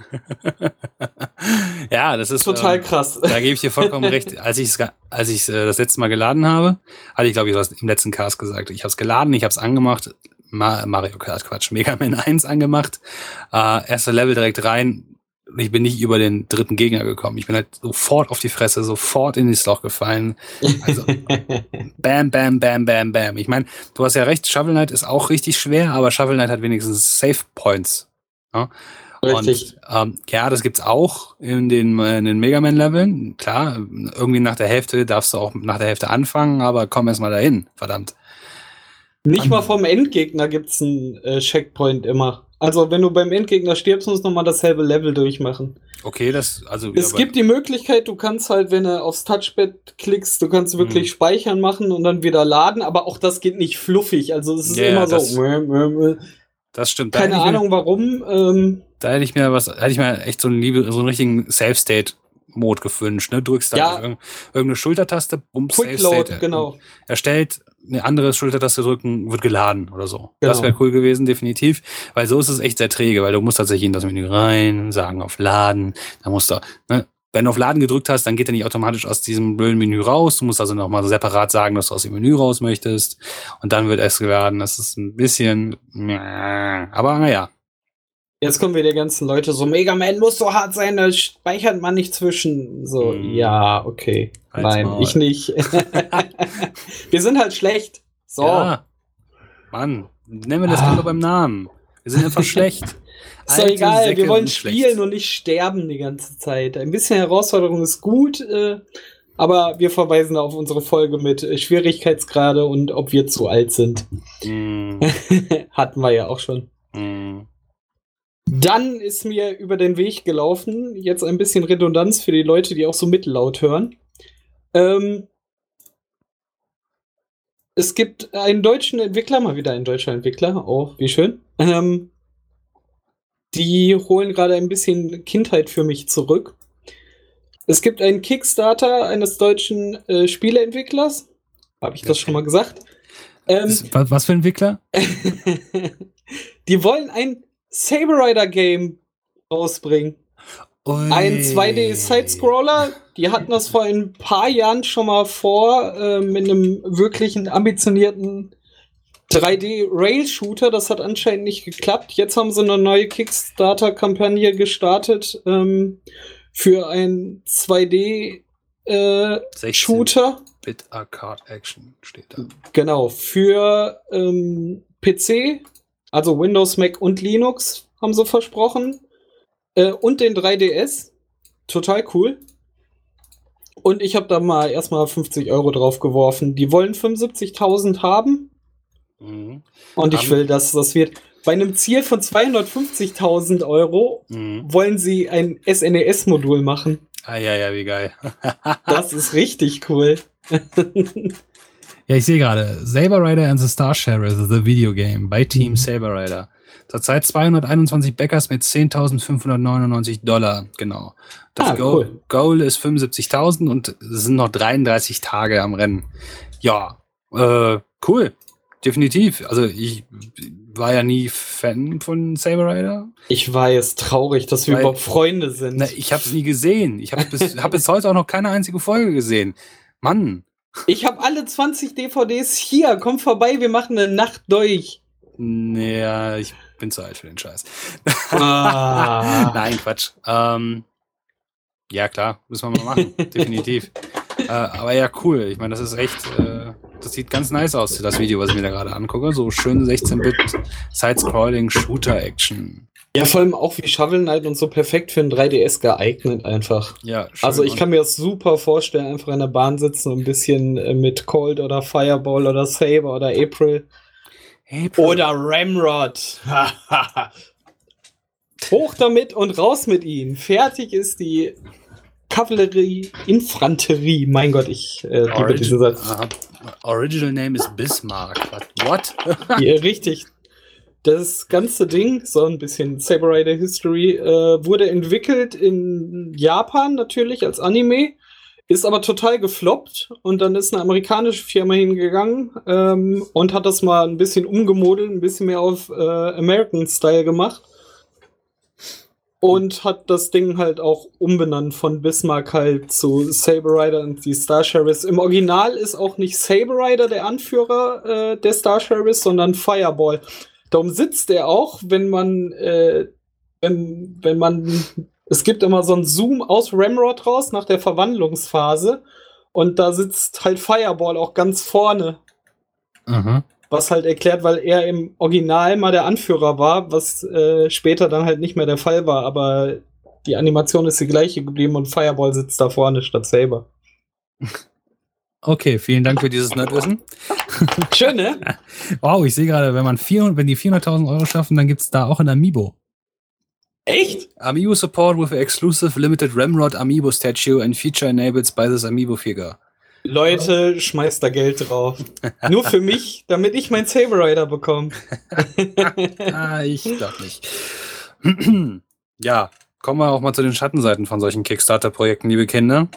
Ja, das ist total ähm, krass. Da gebe ich dir vollkommen recht. Als ich es als ich's, äh, das letzte Mal geladen habe, hatte ich, glaube ich, was im letzten Cast gesagt. Ich habe es geladen, ich habe es angemacht, Ma Mario Kart, Quatsch, Mega Man eins angemacht, äh, erste Level direkt rein. Ich bin nicht über den dritten Gegner gekommen. Ich bin halt sofort auf die Fresse, sofort in das Loch gefallen. Also bam, bam, bam, bam, bam. Ich meine, du hast ja recht, Shovel Knight ist auch richtig schwer, aber Shovel Knight hat wenigstens Save Points. Ja? Richtig. Und ähm, ja, das gibt's auch in den, in den Mega Man Leveln. Klar, irgendwie nach der Hälfte darfst du auch nach der Hälfte anfangen, aber komm erst mal dahin, verdammt. Nicht mal vom Endgegner gibt's einen äh, Checkpoint immer. Also wenn du beim Endgegner stirbst, musst du nochmal dasselbe Level durchmachen. Okay, das, also. Es aber- gibt die Möglichkeit, du kannst halt, wenn du aufs Touchpad klickst, du kannst wirklich Mhm. speichern machen und dann wieder laden, aber auch das geht nicht fluffig. Also es ist Ja, immer das- so. Mäh, mäh, mäh. Das stimmt. Da Keine hätte ich mir- Ahnung warum. Ähm, Da hätte ich mir was, hätte ich mir echt so einen, Liebe, so einen richtigen Save-State-Mode gewünscht, ne? Drückst da Ja. auf irg- irgendeine Schultertaste, bumm, Quick Save-State. Load, genau. Erstellt, eine andere Schultertaste drücken, wird geladen oder so. Das Genau. wäre cool gewesen, definitiv. Weil so ist es echt sehr träge, weil du musst tatsächlich in das Menü rein, sagen auf Laden, dann musst du, ne? Wenn du auf Laden gedrückt hast, dann geht er nicht automatisch aus diesem blöden Menü raus. Du musst also nochmal separat sagen, dass du aus dem Menü raus möchtest. Und dann wird es geladen. Das ist ein bisschen, aber naja. Jetzt kommen wir die ganzen Leute so, Mega Man muss so hart sein, da speichert man nicht zwischen. So, Hm. ja, okay. Halt's Nein, Maul. ich nicht. Wir sind halt schlecht. So. Ja. Mann, nennen wir das Ah. Ganze beim Namen. Wir sind einfach schlecht. Ist doch Alte egal, Säcke wir wollen sind schlecht. spielen und nicht sterben die ganze Zeit. Ein bisschen Herausforderung ist gut, äh, aber wir verweisen auf unsere Folge mit äh, Schwierigkeitsgrade und ob wir zu alt sind. Mm, Hatten wir ja auch schon. mm. Dann ist mir über den Weg gelaufen, jetzt ein bisschen Redundanz für die Leute, die auch so mittellaut hören. Ähm, es gibt einen deutschen Entwickler, mal wieder ein deutscher Entwickler, oh, wie schön. Ähm, die holen gerade ein bisschen Kindheit für mich zurück. Es gibt einen Kickstarter eines deutschen äh, Spieleentwicklers. Habe ich das Okay. schon mal gesagt? Ähm, Das- Was, was für Entwickler? die wollen ein Saber Rider Game rausbringen. Ui. Ein zwei D-Sidescroller. Die hatten das vor ein paar Jahren schon mal vor, äh, mit einem wirklichen ambitionierten drei D-Rail-Shooter. Das hat anscheinend nicht geklappt. Jetzt haben sie eine neue Kickstarter-Kampagne gestartet ähm, für ein zwei D-Shooter. sechzehn Bit Arcade Action steht da. Genau, für ähm, P C, also Windows, Mac und Linux haben sie versprochen. Äh, und den drei D S. Total cool. Und ich habe da mal erstmal fünfzig Euro drauf geworfen. Die wollen fünfundsiebzigtausend haben. Mhm. Und ich Haben- will, dass das wird. Bei einem Ziel von zweihundertfünfzigtausend Euro Mhm. wollen sie ein S N E S-Modul machen. Ah, ja, ja, wie geil. Das ist richtig cool. Ja, ich sehe gerade. Saber Rider and the Star Sheriff, the Video Game bei Team Team Saber Rider. Zurzeit zweihunderteinundzwanzig Backers mit zehntausendfünfhundertneunundneunzig Dollar, genau. Das Ah, Goal, cool. Goal ist fünfundsiebzigtausend und es sind noch dreiunddreißig Tage am Rennen. Ja, äh, cool. Definitiv. Also ich war ja nie Fan von Saber Rider. Ich weiß, traurig, dass wir Weil- überhaupt Freunde sind. Na, ich habe es nie gesehen. Ich habe bis, hab bis heute auch noch keine einzige Folge gesehen. Mann. Ich habe alle zwanzig D V Ds hier. Komm vorbei, wir machen eine Nacht durch. Naja, ich bin zu alt für den Scheiß. Ah. Nein, Quatsch. Ähm, ja, klar, müssen wir mal machen. Definitiv. Äh, aber ja, cool. Ich meine, das ist echt, äh, das sieht ganz nice aus, das Video, was ich mir da gerade angucke. So schön sechzehn Bit Side-Scrolling Shooter Action. Ja, vor allem auch wie Shovel Knight und so perfekt für ein drei D S geeignet einfach. Ja, schön. Also ich Und- kann mir das super vorstellen, einfach in der Bahn sitzen und ein bisschen äh, mit Colt oder Fireball oder Saber oder April April. oder Ramrod. Hoch damit und raus mit ihnen. Fertig ist die Kavallerie, Infanterie. Mein Gott, ich äh, liebe diesen Origin, Satz. aha. Original name is Bismarck. What? Ja, richtig. Das ganze Ding, so ein bisschen Saber Rider History, äh, wurde entwickelt in Japan natürlich als Anime, ist aber total gefloppt und dann ist eine amerikanische Firma hingegangen ähm, und hat das mal ein bisschen umgemodelt, ein bisschen mehr auf äh, American Style gemacht und hat das Ding halt auch umbenannt von Bismarck halt zu Saber Rider und die Star Sheriffs. Im Original ist auch nicht Saber Rider der Anführer äh, der Star Sheriffs, sondern Fireball. Darum sitzt er auch, wenn man, äh, wenn, wenn man, es gibt immer so einen Zoom aus Ramrod raus nach der Verwandlungsphase und da sitzt halt Fireball auch ganz vorne, Aha. was halt erklärt, weil er im Original mal der Anführer war, was äh, später dann halt nicht mehr der Fall war, aber die Animation ist die gleiche geblieben und Fireball sitzt da vorne statt Saber. Okay, vielen Dank für dieses Nerdwissen. Schön, ne? Wow, ich sehe gerade, wenn man vierhundert, wenn die vierhunderttausend Euro schaffen, dann gibt's da auch ein Amiibo. Echt? Amiibo support with exclusive limited Ramrod Amiibo statue and feature enabled by this Amiibo figure. Leute, schmeißt da Geld drauf. Nur für mich, damit ich mein Saber Rider bekomme. Ah, ich glaube nicht. Ja, kommen wir auch mal zu den Schattenseiten von solchen Kickstarter-Projekten, liebe Kinder.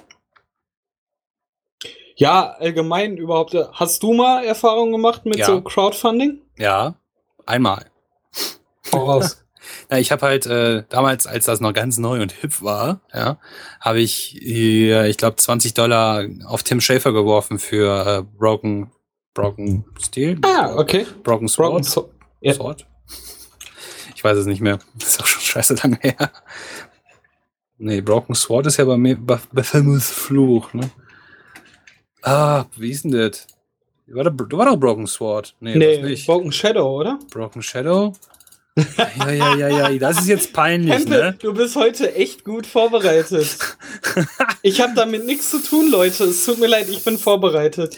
Ja, allgemein überhaupt. Hast du mal Erfahrungen gemacht mit Ja. so Crowdfunding? Ja, einmal. Voraus. Ja, ich habe halt äh, damals, als das noch ganz neu und hip war, ja, habe ich, äh, ich glaube, zwanzig Dollar auf Tim Schafer geworfen für äh, Broken, Broken Steel. Ah, okay. Broken Sword. Broken so ja. Sword? Ich weiß es nicht mehr. Das ist auch schon scheiße lange her. Nee, Broken Sword ist ja bei mir Baphomet's Fluch, ne? Ah, wie ist denn das? War da, war doch Broken Sword? Nee, war's Nee, nicht. Broken Shadow, oder? Broken Shadow? Ja, ja, ja, ja, das ist jetzt peinlich, Hempel, ne? du bist heute echt gut vorbereitet. Ich habe damit nichts zu tun, Leute. Es tut mir leid, ich bin vorbereitet.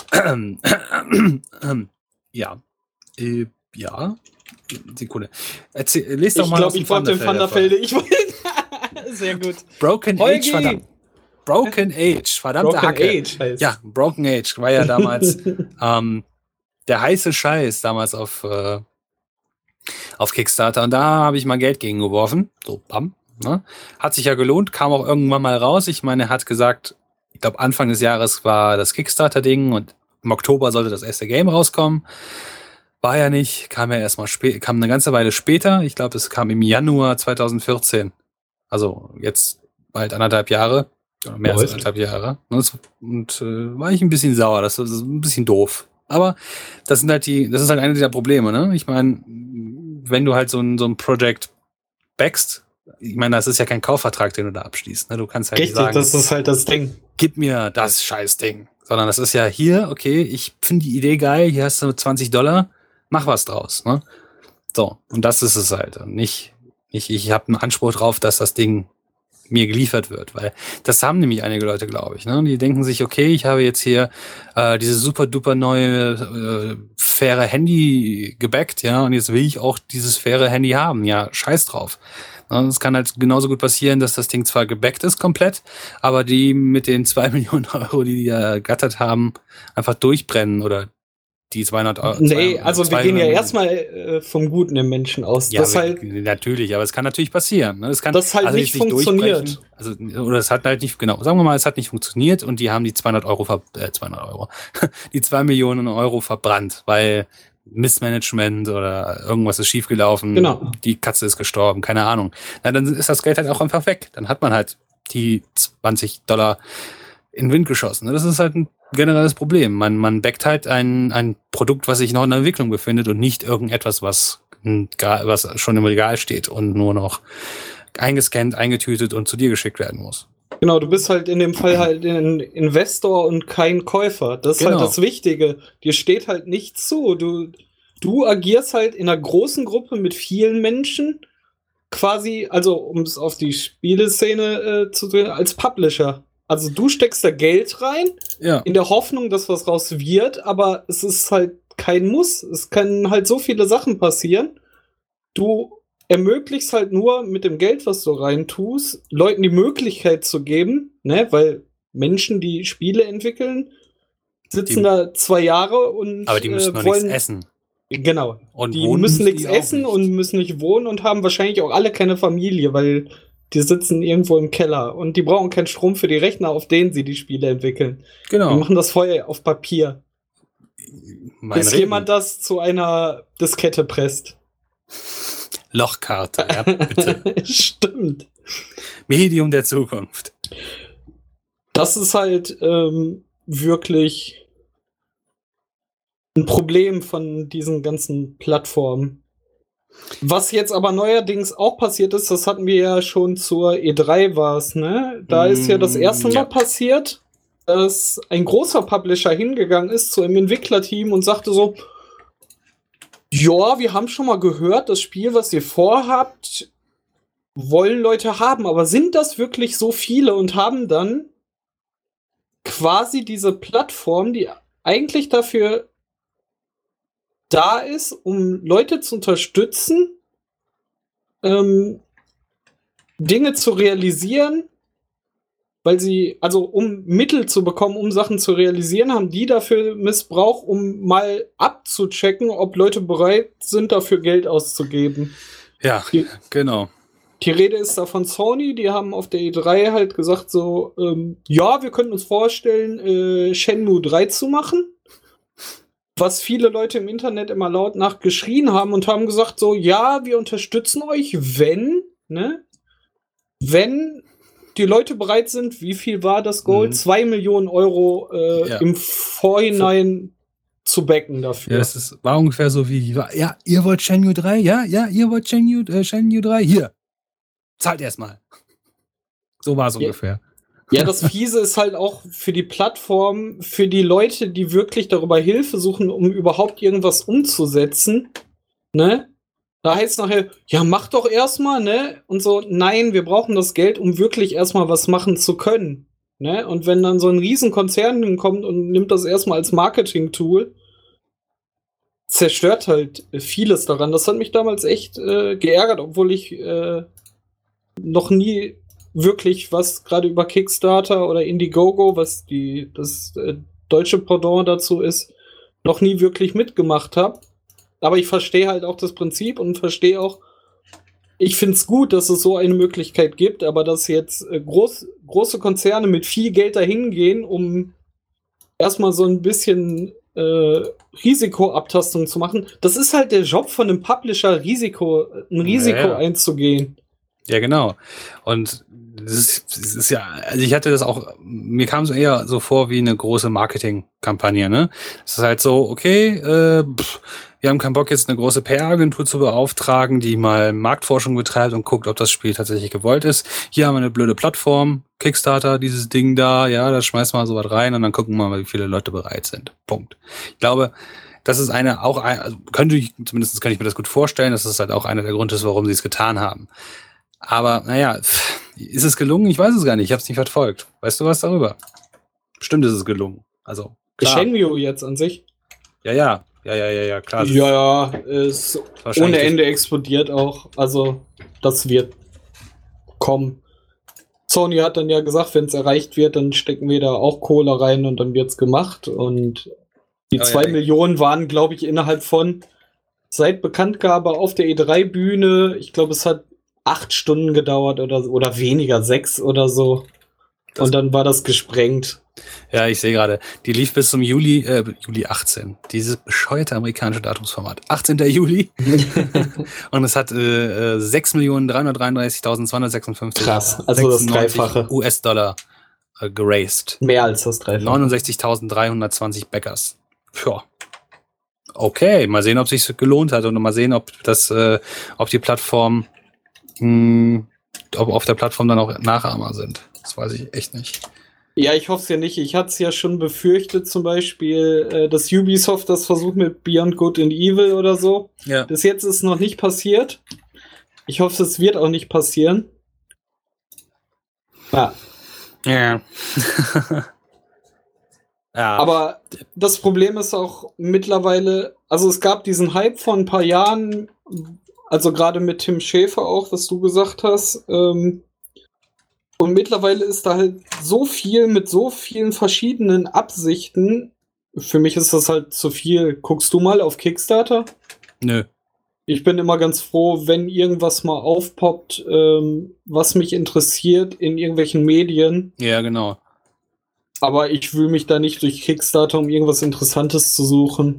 Ja. Äh, ja. Sekunde. Erzähl, lest doch Ich mal glaube, aus dem ich brauche den Thunderfelde Thunderfelde. Ich wollte. Sehr gut. Broken Holgi. Age, verdammt. Broken Age, verdammte Broken Hacke. Age heißt. Ja, Broken Age war ja damals ähm, der heiße Scheiß damals auf, äh, auf Kickstarter. Und da habe ich mal Geld gegengeworfen. So, bam. Ne? Hat sich ja gelohnt, kam auch irgendwann mal raus. Ich meine, er hat gesagt, ich glaube, Anfang des Jahres war das Kickstarter-Ding und im Oktober sollte das erste Game rauskommen. War ja nicht, kam ja erstmal spät, kam eine ganze Weile später. Ich glaube, es kam im Januar zwanzig vierzehn. Also jetzt bald anderthalb Jahre. Oder mehr als anderthalb Jahre. Und äh, war ich ein bisschen sauer. Das ist ein bisschen doof. Aber das sind halt die, das ist halt eine dieser Probleme, ne? Ich meine, wenn du halt so ein, so ein Project backst, ich meine, das ist ja kein Kaufvertrag, den du da abschließt. Ne? Du kannst halt Richtig, nicht sagen, das ist halt das Ding. Gib mir das Scheißding. Sondern das ist ja hier, okay, ich finde die Idee geil, hier hast du zwanzig Dollar, mach was draus. Ne? So, und das ist es halt. Und nicht, nicht ich habe einen Anspruch drauf, dass das Ding mir geliefert wird. Weil das haben nämlich einige Leute, glaube ich. Ne? Die denken sich, okay, ich habe jetzt hier äh, diese super duper neue äh, faire Handy gebackt, ja, und jetzt will ich auch dieses faire Handy haben. Ja, scheiß drauf. Es kann halt genauso gut passieren, dass das Ding zwar gebackt ist komplett, aber die mit den zwei Millionen Euro, die die da ergattert haben, einfach durchbrennen oder die zweihundert Euro. Nee, also wir gehen ja erstmal äh, vom Guten im Menschen aus. Ja, das wir, halt, natürlich, aber es kann natürlich passieren. Ne? Es kann das halt also nicht nicht funktioniert. Also, oder es hat halt nicht, genau, sagen wir mal, es hat nicht funktioniert und die haben die zweihundert Euro, ver, äh, zweihundert Euro, die zwei Millionen Euro verbrannt, weil Missmanagement oder irgendwas ist schiefgelaufen, genau. Die Katze ist gestorben, keine Ahnung. Na, dann ist das Geld halt auch einfach weg. Dann hat man halt die zwanzig Dollar in den Wind geschossen. Das ist halt ein generelles Problem. Man, man backt halt ein, ein Produkt, was sich noch in der Entwicklung befindet und nicht irgendetwas, was, was schon im Regal steht und nur noch eingescannt, eingetütet und zu dir geschickt werden muss. Genau, du bist halt in dem Fall halt ein Investor und kein Käufer. Das ist genau. halt das Wichtige. Dir steht halt nichts zu. Du, du agierst halt in einer großen Gruppe mit vielen Menschen quasi, also um es auf die Spieleszene äh, zu drehen, als Publisher. Also du steckst da Geld rein, ja. in der Hoffnung, dass was raus wird, aber es ist halt kein Muss. Es können halt so viele Sachen passieren. Du ermöglichst halt nur mit dem Geld, was du reintust, Leuten die Möglichkeit zu geben, ne, weil Menschen, die Spiele entwickeln, sitzen die, da zwei Jahre und aber die müssen äh, noch wollen nichts essen. Genau. Und die müssen nichts essen nicht. und müssen nicht wohnen und haben wahrscheinlich auch alle keine Familie, weil die sitzen irgendwo im Keller und die brauchen keinen Strom für die Rechner, auf denen sie die Spiele entwickeln. Genau. Die machen das vorher auf Papier. Mein Bis Reden. jemand das zu einer Diskette presst. Lochkarte, ja, bitte. Stimmt. Medium der Zukunft. Das ist halt ähm, wirklich ein Problem von diesen ganzen Plattformen. Was jetzt aber neuerdings auch passiert ist, das hatten wir ja schon zur E drei war's, ne? Da mm, ist ja das erste Mal ja. passiert, dass ein großer Publisher hingegangen ist zu einem Entwicklerteam und sagte so, ja, wir haben schon mal gehört, das Spiel, was ihr vorhabt, wollen Leute haben, aber sind das wirklich so viele und haben dann quasi diese Plattform, die eigentlich dafür da ist, um Leute zu unterstützen, ähm, Dinge zu realisieren, weil sie, also um Mittel zu bekommen, um Sachen zu realisieren, haben die dafür missbraucht, um mal abzuchecken, ob Leute bereit sind, dafür Geld auszugeben. Ja, die, genau. Die Rede ist da von Sony, die haben auf der E drei halt gesagt so, ähm, ja, wir könnten uns vorstellen, äh, Shenmue drei zu machen. Was viele Leute im Internet immer laut nachgeschrien haben und haben gesagt so, ja, wir unterstützen euch, wenn, ne, wenn die Leute bereit sind, wie viel war das Gold? Mhm. Zwei Millionen Euro äh, ja. im Vorhinein zu backen dafür. Ja, das ist, war ungefähr so wie, ja, ihr wollt Shenmue drei? Ja, ja, ihr wollt Shenmue, äh, Shenmue drei? Hier, zahlt erstmal. So war es ja. ungefähr. Ja, das Fiese ist halt auch für die Plattform, für die Leute, die wirklich darüber Hilfe suchen, um überhaupt irgendwas umzusetzen, ne? Da heißt es nachher, ja, mach doch erstmal, ne? Und so, nein, wir brauchen das Geld, um wirklich erstmal was machen zu können. Ne? Und wenn dann so ein Riesenkonzern kommt und nimmt das erstmal als Marketing-Tool, zerstört halt vieles daran. Das hat mich damals echt äh, geärgert, obwohl ich äh, noch nie wirklich was gerade über Kickstarter oder Indiegogo, was die das äh, deutsche Pendant dazu ist, noch nie wirklich mitgemacht habe. Aber ich verstehe halt auch das Prinzip und verstehe auch, ich finde es gut, dass es so eine Möglichkeit gibt, aber dass jetzt äh, groß, große Konzerne mit viel Geld dahin gehen, um erstmal so ein bisschen äh, Risikoabtastung zu machen, das ist halt der Job von einem Publisher, Risiko, ein Risiko Ja, ja. einzugehen. Ja, genau. Und das ist, das ist ja, also ich hatte das auch, mir kam es eher so vor wie eine große Marketingkampagne, ne? Es ist halt so, okay, äh, pff, wir haben keinen Bock, jetzt eine große P R-Agentur zu beauftragen, die mal Marktforschung betreibt und guckt, ob das Spiel tatsächlich gewollt ist. Hier haben wir eine blöde Plattform, Kickstarter, dieses Ding da, ja, da schmeißen wir so was rein und dann gucken wir mal, wie viele Leute bereit sind. Punkt. Ich glaube, das ist eine, auch ein, also könnte ich, zumindest kann ich mir das gut vorstellen, dass das halt auch einer der Gründe ist, warum sie es getan haben. Aber, naja, ist es gelungen? Ich weiß es gar nicht. Ich habe es nicht verfolgt. Weißt du was darüber? Bestimmt ist es gelungen. Also, klar. Shenmue jetzt an sich. Ja, ja. Ja, ja, ja, ja, klar. Ja, ja, ist ohne Ende explodiert auch. Also, das wird kommen. Sony hat dann ja gesagt, wenn es erreicht wird, dann stecken wir da auch Kohle rein und dann wird's gemacht. Und die oh, zwei ja, Millionen waren, glaube ich, innerhalb von seit Bekanntgabe auf der E drei Bühne. Ich glaube, es hat acht Stunden gedauert oder, oder weniger, sechs oder so. Das und dann war das gesprengt. Ja, ich sehe gerade, die lief bis zum Juli, äh, Juli achtzehn. Dieses bescheuerte amerikanische Datumsformat. achtzehnten Juli. Und es hat äh, sechs Millionen dreihundertdreiunddreißigtausendzweihundertsechsundfünfzig Krass, also das Dreifache U S-Dollar äh, geraced. Mehr als das Dreifache. neunundsechzigtausenddreihundertzwanzig Backers. Tja. Okay, mal sehen, ob es sich gelohnt hat und mal sehen, ob das, äh, ob die Plattform, mh, ob auf der Plattform dann auch Nachahmer sind. Das weiß ich echt nicht. Ja, ich hoffe es ja nicht. Ich hatte es ja schon befürchtet, zum Beispiel, äh, dass Ubisoft das versucht mit Beyond Good and Evil oder so. Ja. Bis jetzt ist noch nicht passiert. Ich hoffe, es wird auch nicht passieren. Ja. Ja. Ja. Aber das Problem ist auch mittlerweile, also es gab diesen Hype vor ein paar Jahren, also gerade mit Tim Schäfer auch, was du gesagt hast, ähm, und mittlerweile ist da halt so viel mit so vielen verschiedenen Absichten. Für mich ist das halt zu viel. Guckst du mal auf Kickstarter? Nö. Ich bin immer ganz froh, wenn irgendwas mal aufpoppt, ähm, was mich interessiert in irgendwelchen Medien. Ja, genau. Aber ich wühle mich da nicht durch Kickstarter, um irgendwas Interessantes zu suchen.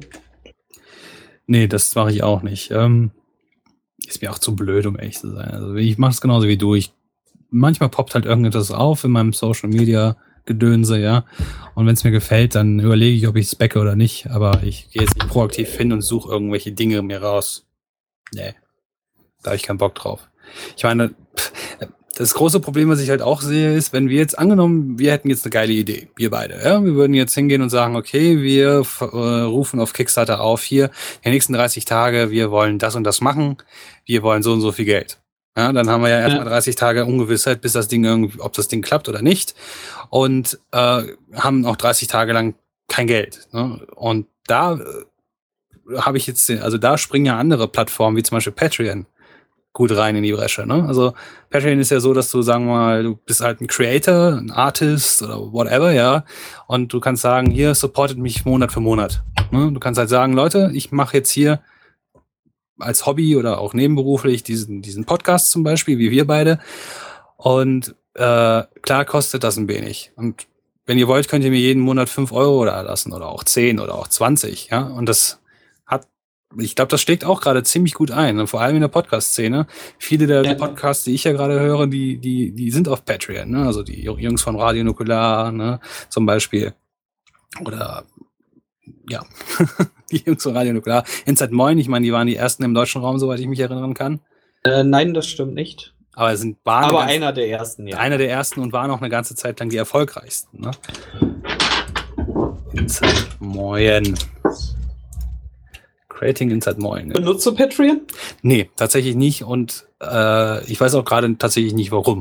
Nee, das mache ich auch nicht. Ähm, ist mir auch zu blöd, um ehrlich zu sein. Also ich mache es genauso wie du. Ich manchmal poppt halt irgendetwas auf in meinem Social Media Gedönse, ja. Und wenn es mir gefällt, dann überlege ich, ob ich es backe oder nicht. Aber ich gehe jetzt nicht proaktiv hin und suche irgendwelche Dinge mir raus. Nee. Da habe ich keinen Bock drauf. Ich meine, das große Problem, was ich halt auch sehe, ist, wenn wir jetzt angenommen, wir hätten jetzt eine geile Idee, wir beide, ja, wir würden jetzt hingehen und sagen, okay, wir äh, rufen auf Kickstarter auf, hier, die nächsten dreißig Tage, wir wollen das und das machen, wir wollen so und so viel Geld. Ja, dann haben wir ja erstmal ja. dreißig Tage Ungewissheit, bis das Ding irgendwie, ob das Ding klappt oder nicht. Und äh, haben auch dreißig Tage lang kein Geld. Ne? Und da äh, habe ich jetzt, den, also da springen ja andere Plattformen, wie zum Beispiel Patreon, gut rein in die Bresche. Ne? Also Patreon ist ja so, dass du, sagen wir mal, du bist halt ein Creator, ein Artist oder whatever, ja. Und du kannst sagen, hier, supportet mich Monat für Monat. Ne? Du kannst halt sagen, Leute, ich mache jetzt hier als Hobby oder auch nebenberuflich diesen, diesen Podcast zum Beispiel, wie wir beide. Und äh, klar kostet das ein wenig. Und wenn ihr wollt, könnt ihr mir jeden Monat fünf Euro da lassen oder auch zehn oder auch zwanzig. Ja? Und das hat, ich glaube, das schlägt auch gerade ziemlich gut ein. Und vor allem in der Podcast-Szene. Viele der ja. Podcasts, die ich ja gerade höre, die, die, die sind auf Patreon. Ne? Also die Jungs von Radio Nukular, ne? Zum Beispiel. Oder ja, die Jungs von Radio Nukular. Inside Moin, ich meine, die waren die ersten im deutschen Raum, soweit ich mich erinnern kann. Äh, nein, das stimmt nicht. Aber es sind waren Aber ganz, einer der ersten, ja. Einer der ersten und waren auch eine ganze Zeit lang die erfolgreichsten. Ne? Inside Moin. Creating Inside Moin. Ja. Benutzt du Patreon? Nee, tatsächlich nicht und äh, ich weiß auch gerade tatsächlich nicht, warum.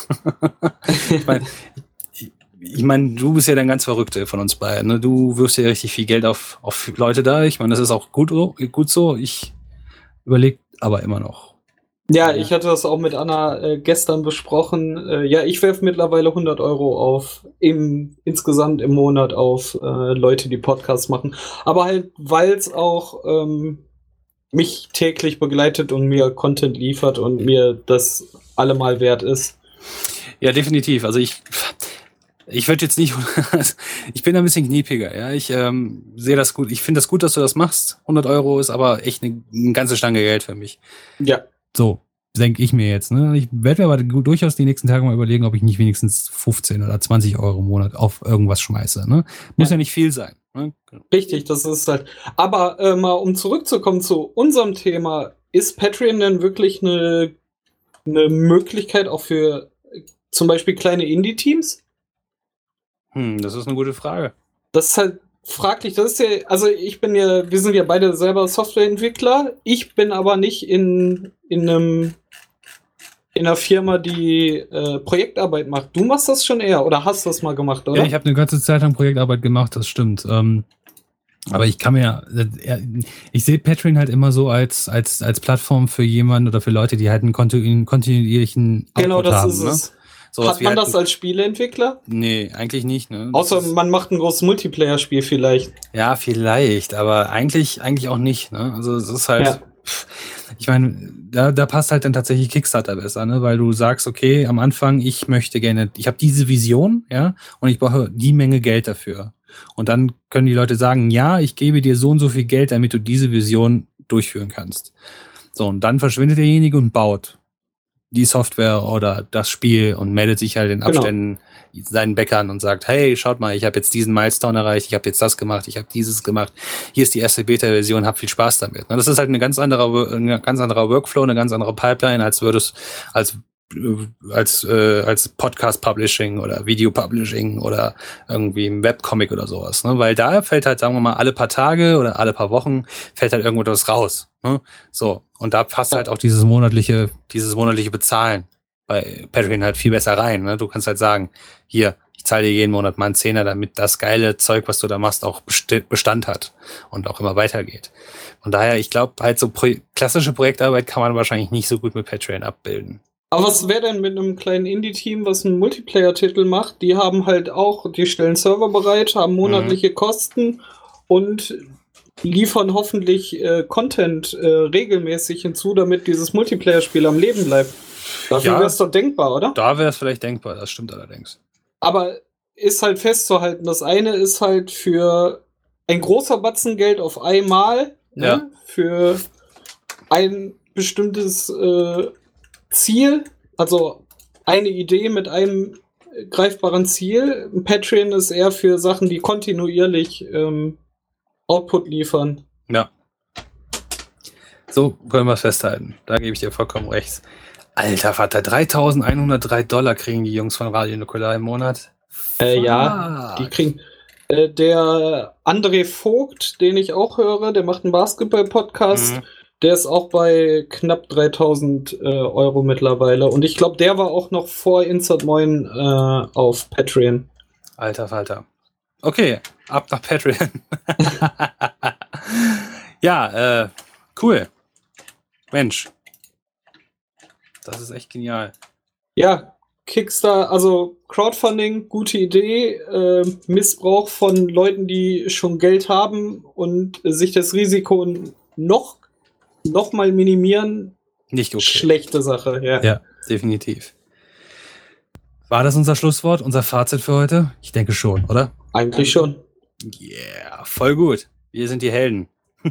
ich meine, ich, ich mein, du bist ja der ganz Verrückte von uns beiden. Ne? Du wirfst ja richtig viel Geld auf, auf Leute da. Ich meine, das ist auch gut, gut so. Ich überlege aber immer noch. Ja, ich hatte das auch mit Anna äh, gestern besprochen. Äh, ja, ich werfe mittlerweile hundert Euro auf, im, insgesamt im Monat auf äh, Leute, die Podcasts machen. Aber halt, weil es auch ähm, mich täglich begleitet und mir Content liefert und mir das allemal wert ist. Ja, definitiv. Also ich, ich würde jetzt nicht, ich bin ein bisschen kniepiger. Ja, ich ähm, sehe das gut. Ich finde das gut, dass du das machst. hundert Euro ist aber echt eine, eine ganze Stange Geld für mich. Ja. So, denke ich mir jetzt. Ne? Ich werde mir aber durchaus die nächsten Tage mal überlegen, ob ich nicht wenigstens fünfzehn oder zwanzig Euro im Monat auf irgendwas schmeiße. Ne? Muss ja. ja nicht viel sein. Ne? Richtig, das ist halt. Aber äh, mal um zurückzukommen zu unserem Thema, ist Patreon denn wirklich eine, eine Möglichkeit auch für äh, zum Beispiel kleine Indie-Teams? Hm, das ist eine gute Frage. Das ist halt fraglich. Das ist ja, also ich bin ja, wir sind ja beide selber Softwareentwickler. Ich bin aber nicht in, in einem in einer Firma, die äh, Projektarbeit macht. Du machst das schon eher oder hast das mal gemacht, oder? Ja, ich habe eine ganze Zeit lang Projektarbeit gemacht, das stimmt. Ähm, aber ich kann mir, ich sehe Patreon halt immer so als als als Plattform für jemanden oder für Leute, die halt einen kontinu- kontinuierlichen Output genau, das haben. ist Ne? es. So Hat man halt das als Spieleentwickler? Nee, eigentlich nicht. Ne? Außer man macht ein großes Multiplayer-Spiel vielleicht. Ja, vielleicht, aber eigentlich eigentlich auch nicht. Ne? Also es ist halt, ja. Ich meine, da, da passt halt dann tatsächlich Kickstarter besser, ne? Weil du sagst, okay, am Anfang, ich möchte gerne, ich habe diese Vision, ja, und ich brauche die Menge Geld dafür. Und dann können die Leute sagen, ja, ich gebe dir so und so viel Geld, damit du diese Vision durchführen kannst. So, und dann verschwindet derjenige und baut die Software oder das Spiel und meldet sich halt in Abständen genau. seinen Bäckern und sagt, hey, schaut mal, ich habe jetzt diesen Milestone erreicht, ich habe jetzt das gemacht, ich habe dieses gemacht, hier ist die erste Beta-Version, hab viel Spaß damit. Das ist halt eine ganz andere, ein ganz anderer Workflow, eine ganz andere Pipeline, als würdest, als als äh, als Podcast-Publishing oder Video-Publishing oder irgendwie ein Webcomic oder sowas. Ne? Weil da fällt halt, sagen wir mal, alle paar Tage oder alle paar Wochen fällt halt irgendwo was raus. Ne? So, und da passt halt auch dieses monatliche, dieses monatliche Bezahlen bei Patreon halt viel besser rein. Ne? Du kannst halt sagen, hier, ich zahle dir jeden Monat mal einen Zehner, damit das geile Zeug, was du da machst, auch Bestand hat und auch immer weitergeht. Von daher, ich glaube, halt so pro- klassische Projektarbeit kann man wahrscheinlich nicht so gut mit Patreon abbilden. Aber was wäre denn mit einem kleinen Indie-Team, was einen Multiplayer-Titel macht? Die haben halt auch, die stellen Server bereit, haben monatliche mhm. Kosten und liefern hoffentlich äh, Content äh, regelmäßig hinzu, damit dieses Multiplayer-Spiel am Leben bleibt. Dafür ja, wäre es doch denkbar, oder? Da wäre es vielleicht denkbar, das stimmt allerdings. Aber ist halt festzuhalten, das eine ist halt für ein großer Batzen Geld auf einmal, ja. ne? Für ein bestimmtes äh, Ziel, also eine Idee mit einem greifbaren Ziel. Patreon ist eher für Sachen, die kontinuierlich ähm, Output liefern. Ja. So können wir es festhalten. Da gebe ich dir vollkommen recht. Alter Vater, dreitausendeinhundertdrei Dollar kriegen die Jungs von Radio Nukular im Monat. Äh, ja, die kriegen. Äh, der André Vogt, den ich auch höre, der macht einen Basketball-Podcast. Mhm. Der ist auch bei knapp dreitausend äh, Euro mittlerweile. Und ich glaube, der war auch noch vor Insert Moin äh, auf Patreon. Alter Falter. Okay, ab nach Patreon. ja, äh, cool. Mensch. Das ist echt genial. Ja, Kickstarter, also Crowdfunding, gute Idee. Äh, Missbrauch von Leuten, die schon Geld haben und äh, sich das Risiko noch noch mal minimieren, nicht okay. Schlechte Sache, ja. Ja, definitiv. War das unser Schlusswort, unser Fazit für heute? Ich denke schon, oder? Eigentlich schon. Yeah, voll gut. Wir sind die Helden.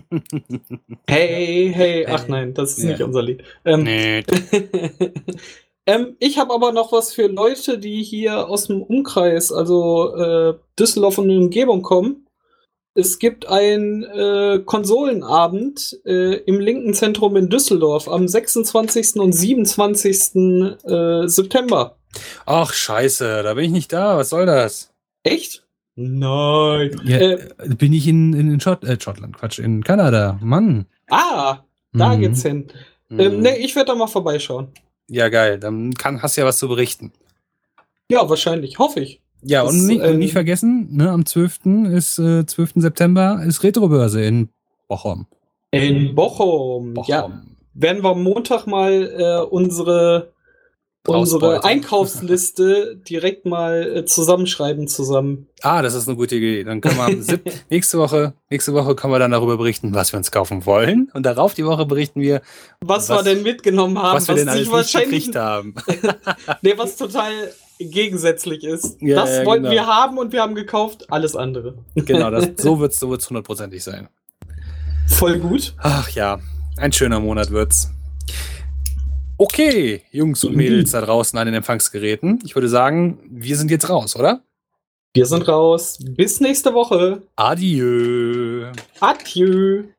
Hey, hey, ach nein, das ist yeah. nicht unser Lied. Ähm, nee. ähm, ich habe aber noch was für Leute, die hier aus dem Umkreis, also äh, Düsseldorf und Umgebung kommen. Es gibt einen äh, Konsolenabend äh, im Linken Zentrum in Düsseldorf am sechsundzwanzigsten und siebenundzwanzigsten Äh, September. Ach, scheiße, da bin ich nicht da. Was soll das? Echt? Nein. Ja, Äh, bin ich in, in, in Schott, äh, Schottland, Quatsch, in Kanada. Mann. ah, da Mhm. geht's hin. Mhm. Ähm, ne, ich werde da mal vorbeischauen. Ja, geil. Dann kann, hast du ja was zu berichten. Ja, wahrscheinlich. Hoffe ich. Ja, Das, und nicht, ähm, und nicht vergessen, ne, am zwölften ist äh, zwölften September ist Retrobörse in Bochum. In Bochum. Bochum. Ja, werden wir Montag mal äh, unsere, unsere Ausbeute. Einkaufsliste direkt mal äh, zusammenschreiben zusammen. Ah, das ist eine gute Idee. Dann können wir am siebten nächste Woche, nächste Woche können wir dann darüber berichten, was wir uns kaufen wollen. Und darauf die Woche berichten wir, Was, Was- wir denn mitgenommen haben, was wir denn alles sich nicht wahrscheinlich, gekriegt haben. nee, was total gegensätzlich ist. Ja, das ja, wollten genau. wir haben und wir haben gekauft, alles andere. Genau, das, so wird es so wird's hundertprozentig sein. Voll gut. Ach ja, ein schöner Monat wird's. Okay, Jungs und Mädels da draußen an den Empfangsgeräten. Ich würde sagen, wir sind jetzt raus, oder? Wir sind raus. Bis nächste Woche. Adieu. Adieu.